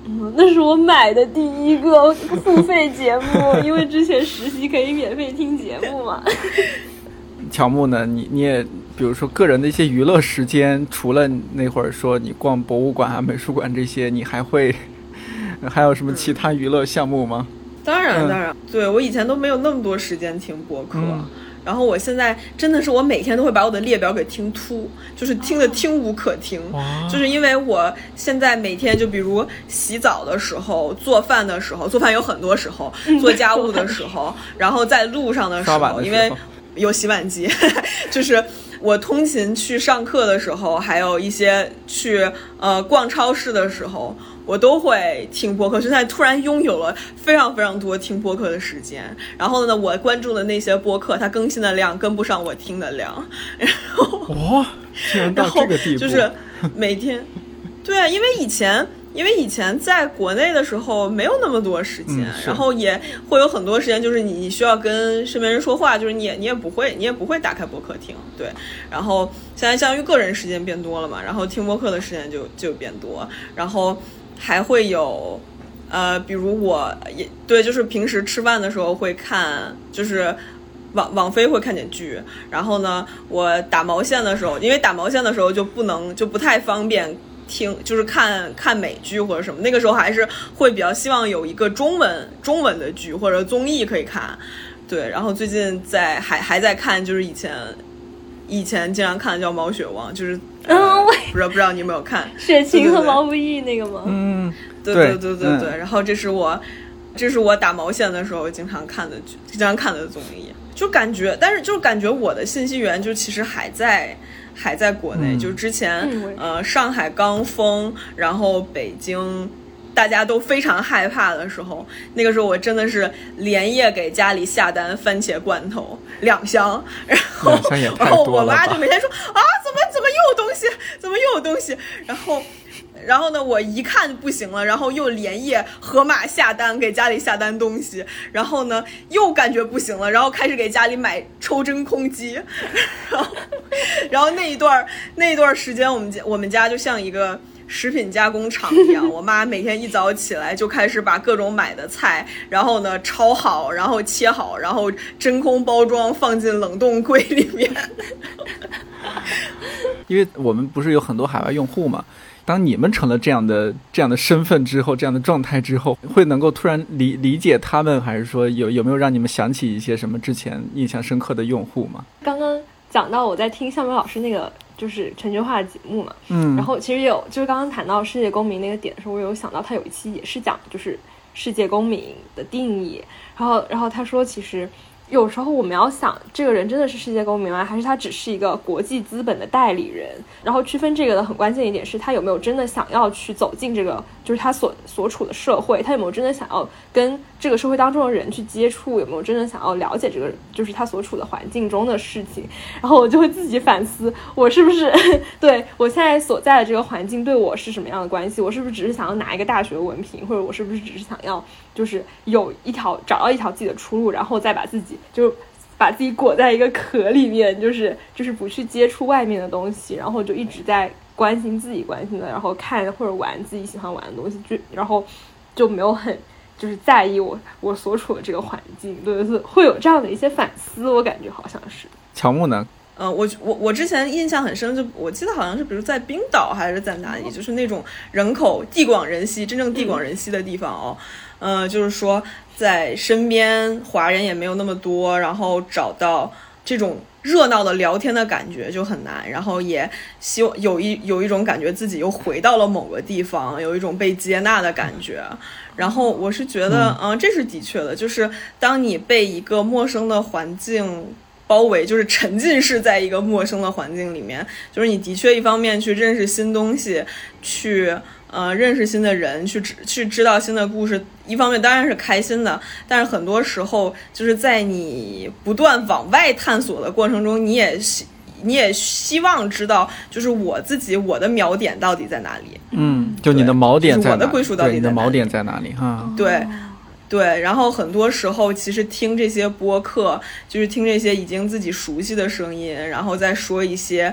嗯，那是我买的第一个付费节目，因为之前实习可以免费听节目嘛。 乔木呢？你你也比如说个人的一些娱乐时间，除了那会儿说你逛博物馆啊、美术馆这些，你还会还有什么其他娱乐项目吗？ 当然， 嗯、 当然，对我以前都没有那么多时间听播客。 嗯， 然后我现在真的是我每天都会把我的列表给听秃，就是听得听无可听，就是因为我现在每天就比如洗澡的时候、做饭的时候，做饭有很多时候，做家务的时候，然后在路上的时候，因为有洗碗机，就是我通勤去上课的时候，还有一些去呃逛超市的时候，我都会听播客。现在突然拥有了非常非常多听播客的时间，然后呢，我关注的那些播客，它更新的量跟不上我听的量，然后哦，竟然到这个地步， 就是每天，对啊，因为以前。因为以前在国内的时候没有那么多时间、嗯、然后也会有很多时间就是你你需要跟身边人说话，就是你也你也不会你也不会打开播客听，对，然后现在相当于个人时间变多了嘛，然后听播客的时间就就变多，然后还会有呃比如我也对，就是平时吃饭的时候会看，就是网网飞会看点剧，然后呢我打毛线的时候，因为打毛线的时候就不能就不太方便听，就是看看美剧或者什么，那个时候还是会比较希望有一个中文中文的剧或者综艺可以看，对，然后最近在还还在看，就是以前以前经常看的叫《毛血旺》，就是嗯、呃，不知道不知道你有没有看雪晴和毛不易那个吗？ 嗯， 对对对对对、嗯，然后这是我这是我打毛线的时候经常看的剧，经常看的综艺，就感觉，但是就感觉我的信息源就其实还在。还在国内、嗯、就之前、嗯、呃上海刚封，然后北京大家都非常害怕的时候，那个时候我真的是连夜给家里下单番茄罐头两箱，然后然后我妈就每天说啊怎么怎么又有东西，怎么又有东西，然后然后呢我一看不行了，然后又连夜盒马下单给家里下单东西，然后呢又感觉不行了，然后开始给家里买抽真空机，然后然后那一段那一段时间我们家我们家就像一个食品加工厂一样，我妈每天一早起来就开始把各种买的菜，然后呢焯好，然后切好，然后真空包装放进冷冻柜里面。 因为我们不是有很多海外用户嘛，当你们成了这样的这样的身份之后，这样的状态之后，会能够突然理理解他们，还是说有有没有让你们想起一些什么之前印象深刻的用户吗？ 刚刚讲到我在听向北老师那个就是陈俊化的节目嘛，嗯，然后其实有就是刚刚谈到世界公民那个点的时候，我有想到他有一期也是讲就是世界公民的定义，然后然后他说其实有时候我们要想这个人真的是世界公民吗？还是他只是一个国际资本的代理人？然后区分这个的很关键一点是他有没有真的想要去走进这个就是他所所处的社会，他有没有真的想要跟这个社会当中的人去接触，有没有真的想要了解这个就是他所处的环境中的事情。然后我就会自己反思，我是不是对我现在所在的这个环境对我是什么样的关系，我是不是只是想要拿一个大学文凭，或者我是不是只是想要就是有一条找到一条自己的出路，然后再把自己就把自己裹在一个壳里面，就是就是不去接触外面的东西，然后就一直在关心自己关心的，然后看或者玩自己喜欢玩的东西，就然后就没有很就是在意我我所处的这个环境，对，是会有这样的一些反思，我感觉好像是。 乔木呢？ 呃，我我我之前印象很深，就我记得好像是比如在冰岛还是在哪里，就是那种人口地广人稀，真正地广人稀的地方哦。呃，就是说在身边华人也没有那么多，然后找到这种热闹的聊天的感觉就很难，然后也希望有一有一种感觉自己又回到了某个地方，有一种被接纳的感觉。然后我是觉得，嗯、呃，这是的确的，就是当你被一个陌生的环境包围，就是沉浸式在一个陌生的环境里面，就是你的确一方面去认识新东西，去呃认识新的人，去去知道新的故事，一方面当然是开心的，但是很多时候就是在你不断往外探索的过程中，你也你也希望知道，就是我自己我的锚点到底在哪里？嗯， 就你的锚点在哪里？ 就是我的归属到底在哪里？ 你的锚点在哪里？哈， 对。对，然后很多时候其实听这些播客，就是听这些已经自己熟悉的声音，然后再说一些不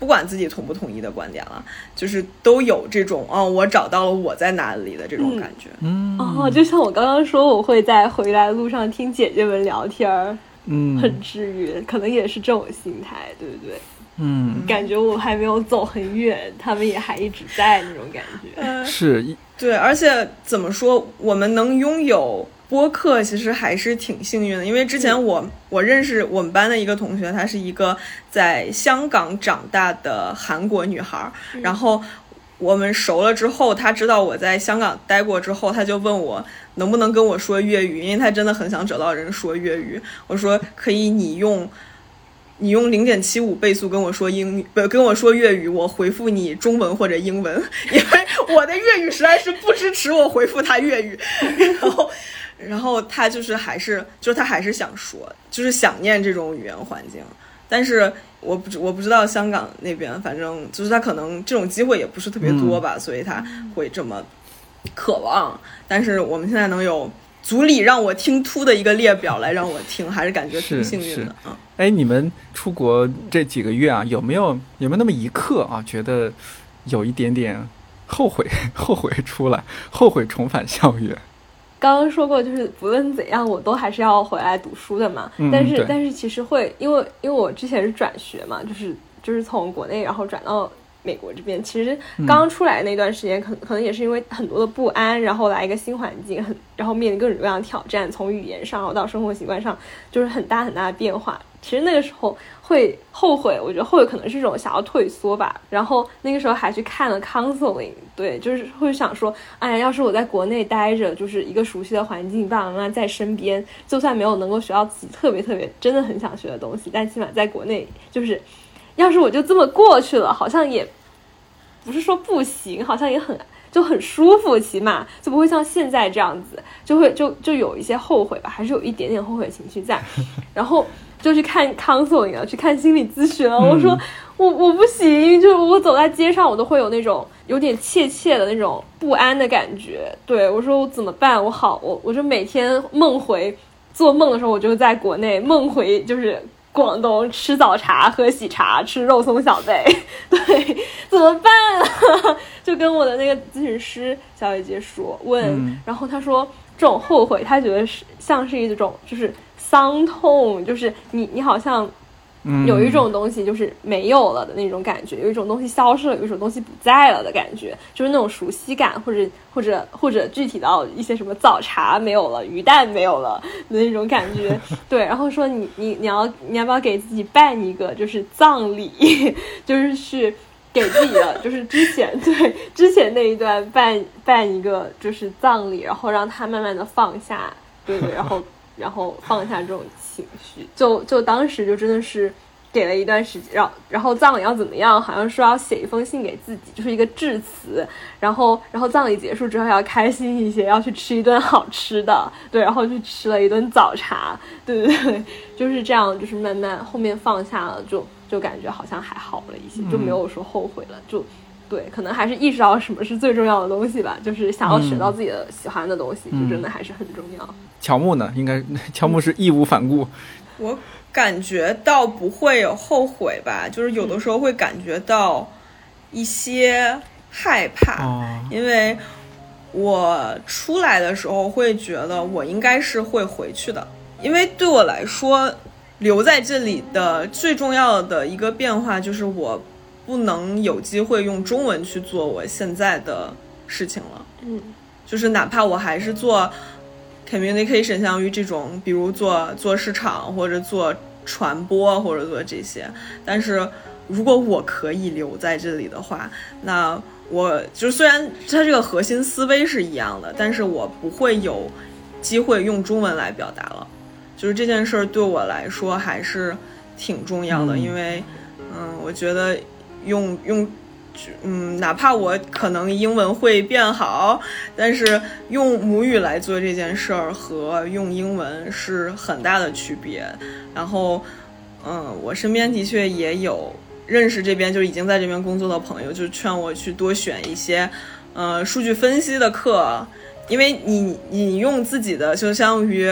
不管自己同不同意的观点了，就是都有这种哦，我找到了我在哪里的这种感觉。 嗯， 哦，就像我刚刚说，我会在回来路上听姐姐们聊天， 嗯， 很治愈，可能也是这种心态，对不对？ 嗯， 感觉我还没有走很远，他们也还一直在那种感觉。 呃、 是， 对，而且怎么说，我们能拥有播客其实还是挺幸运的，因为之前我、嗯、我认识我们班的一个同学，她是一个在香港长大的韩国女孩、嗯、然后我们熟了之后，她知道我在香港待过之后，她就问我能不能跟我说粤语，因为她真的很想找到人说粤语。我说可以，你用你用 零点七五 倍速跟我说英不跟我说粤语，我回复你中文或者英文，因为我的粤语实在是不支持我回复他粤语。然后然后他就是还是就是他还是想说，就是想念这种语言环境，但是我不我不知道香港那边，反正就是他可能这种机会也不是特别多吧、嗯、所以他会这么渴望。但是我们现在能有足以让我听秃的一个列表来让我听，还是感觉挺幸运的啊。 哎，你们出国这几个月啊，有没有有没有那么一刻啊，觉得有一点点后悔，后悔出来，后悔重返校园？ 刚刚说过，就是不论怎样，我都还是要回来读书的嘛。嗯、但是但是其实会，因为因为我之前是转学嘛，就是就是从国内然后转到美国这边，其实刚刚出来那段时间，可能可能也是因为很多的不安，然后来一个新环境，很然后面临各种各样的挑战，从语言上然后到生活习惯上，就是很大很大的变化。其实那个时候会后悔，我觉得后悔可能是一种想要退缩吧。然后那个时候还去看了 counseling， 对，就是会想说，哎呀，要是我在国内待着，就是一个熟悉的环境，爸爸妈妈在身边，就算没有能够学到自己特别特别真的很想学的东西，但起码在国内就是要是我就这么过去了，好像也不是说不行，好像也很就很舒服，起码就不会像现在这样子，就会就就有一些后悔吧，还是有一点点后悔情绪在。然后就去看 counseling 啊，去看心理咨询啊。我说我我不行，就是我走在街上，我都会有那种有点怯怯的那种不安的感觉。对，我说我怎么办？我好，我我就每天梦回做梦的时候，我就在国内梦回就是广东吃早茶喝喜茶吃肉松小贝。对，怎么办啊？就跟我的那个咨询师小姐姐说问、嗯、然后她说这种后悔她觉得是像是一种就是伤痛，就是你你好像有一种东西就是没有了的那种感觉、嗯、有一种东西消失了，有一种东西不在了的感觉，就是那种熟悉感，或者或者或者具体到一些什么早茶没有了，鱼蛋没有了的那种感觉。对，然后说你你你要你要不要给自己办一个就是葬礼，就是去给自己的就是之前对之前那一段办办一个就是葬礼，然后让他慢慢的放下，对对，然后然后放下这种情绪，就就当时就真的是给了一段时间，然后然后葬礼要怎么样，好像说要写一封信给自己，就是一个致辞，然后然后葬礼结束之后要开心一些，要去吃一顿好吃的，对，然后去吃了一顿早茶，对对对，就是这样，就是慢慢后面放下了，就就感觉好像还好了一些，就没有说后悔了，就对，可能还是意识到什么是最重要的东西吧，就是想要学到自己的喜欢的东西、嗯、就真的还是很重要。 乔木呢？应该乔木是义无反顾。 我感觉到不会有后悔吧，就是有的时候会感觉到一些害怕、哦、因为我出来的时候会觉得我应该是会回去的，因为对我来说留在这里的最重要的一个变化就是我不能有机会用中文去做我现在的事情了。嗯，就是哪怕我还是做 communication， 相当于这种比如做做市场或者做传播或者做这些，但是如果我可以留在这里的话，那我就虽然它这个核心思维是一样的，但是我不会有机会用中文来表达了，就是这件事对我来说还是挺重要的、嗯、因为嗯，我觉得用用嗯，哪怕我可能英文会变好，但是用母语来做这件事儿和用英文是很大的区别。然后嗯，我身边的确也有认识这边就已经在这边工作的朋友，就劝我去多选一些呃数据分析的课，因为你你用自己的就相当于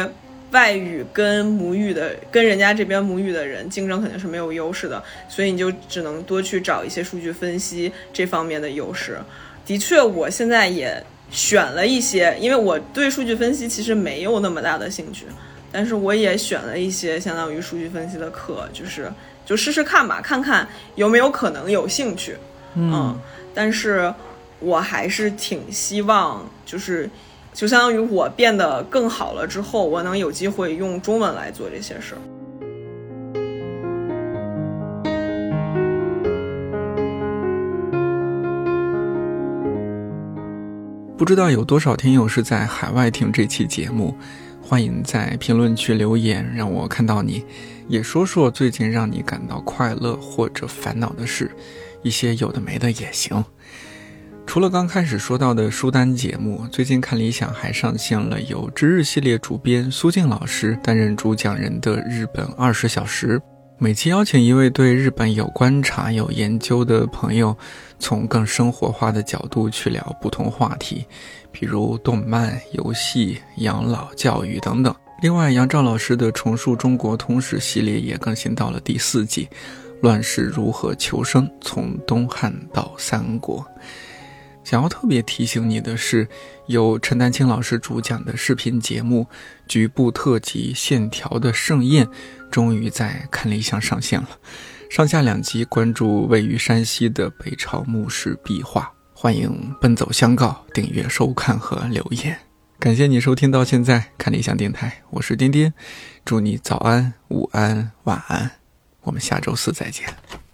外语跟母语的跟人家这边母语的人竞争肯定是没有优势的，所以你就只能多去找一些数据分析这方面的优势。的确我现在也选了一些，因为我对数据分析其实没有那么大的兴趣，但是我也选了一些相当于数据分析的课，就是就试试看吧，看看有没有可能有兴趣。 嗯, 嗯但是我还是挺希望就是就相当于我变得更好了之后，我能有机会用中文来做这些事。 不知道有多少听友是在海外听这期节目，欢迎在评论区留言让我看到你，也说说最近让你感到快乐或者烦恼的事，一些有的没的也行。除了刚开始说到的书单节目，最近看理想还上线了由知日系列主编苏静老师担任主讲人的日本二十小时，每期邀请一位对日本有观察有研究的朋友，从更生活化的角度去聊不同话题，比如动漫、游戏、养老、教育等等。另外杨照老师的重述中国通史系列也更新到了第四季，乱世如何求生，从东汉到三国。想要特别提醒你的是，由陈丹青老师主讲的视频节目局部特辑线条的盛宴终于在看理想上线了，上下两集关注位于山西的北朝墓室壁画，欢迎奔走相告、订阅收看和留言。感谢你收听到现在看理想电台，我是颠颠，祝你早安、午安、晚安，我们下周四再见。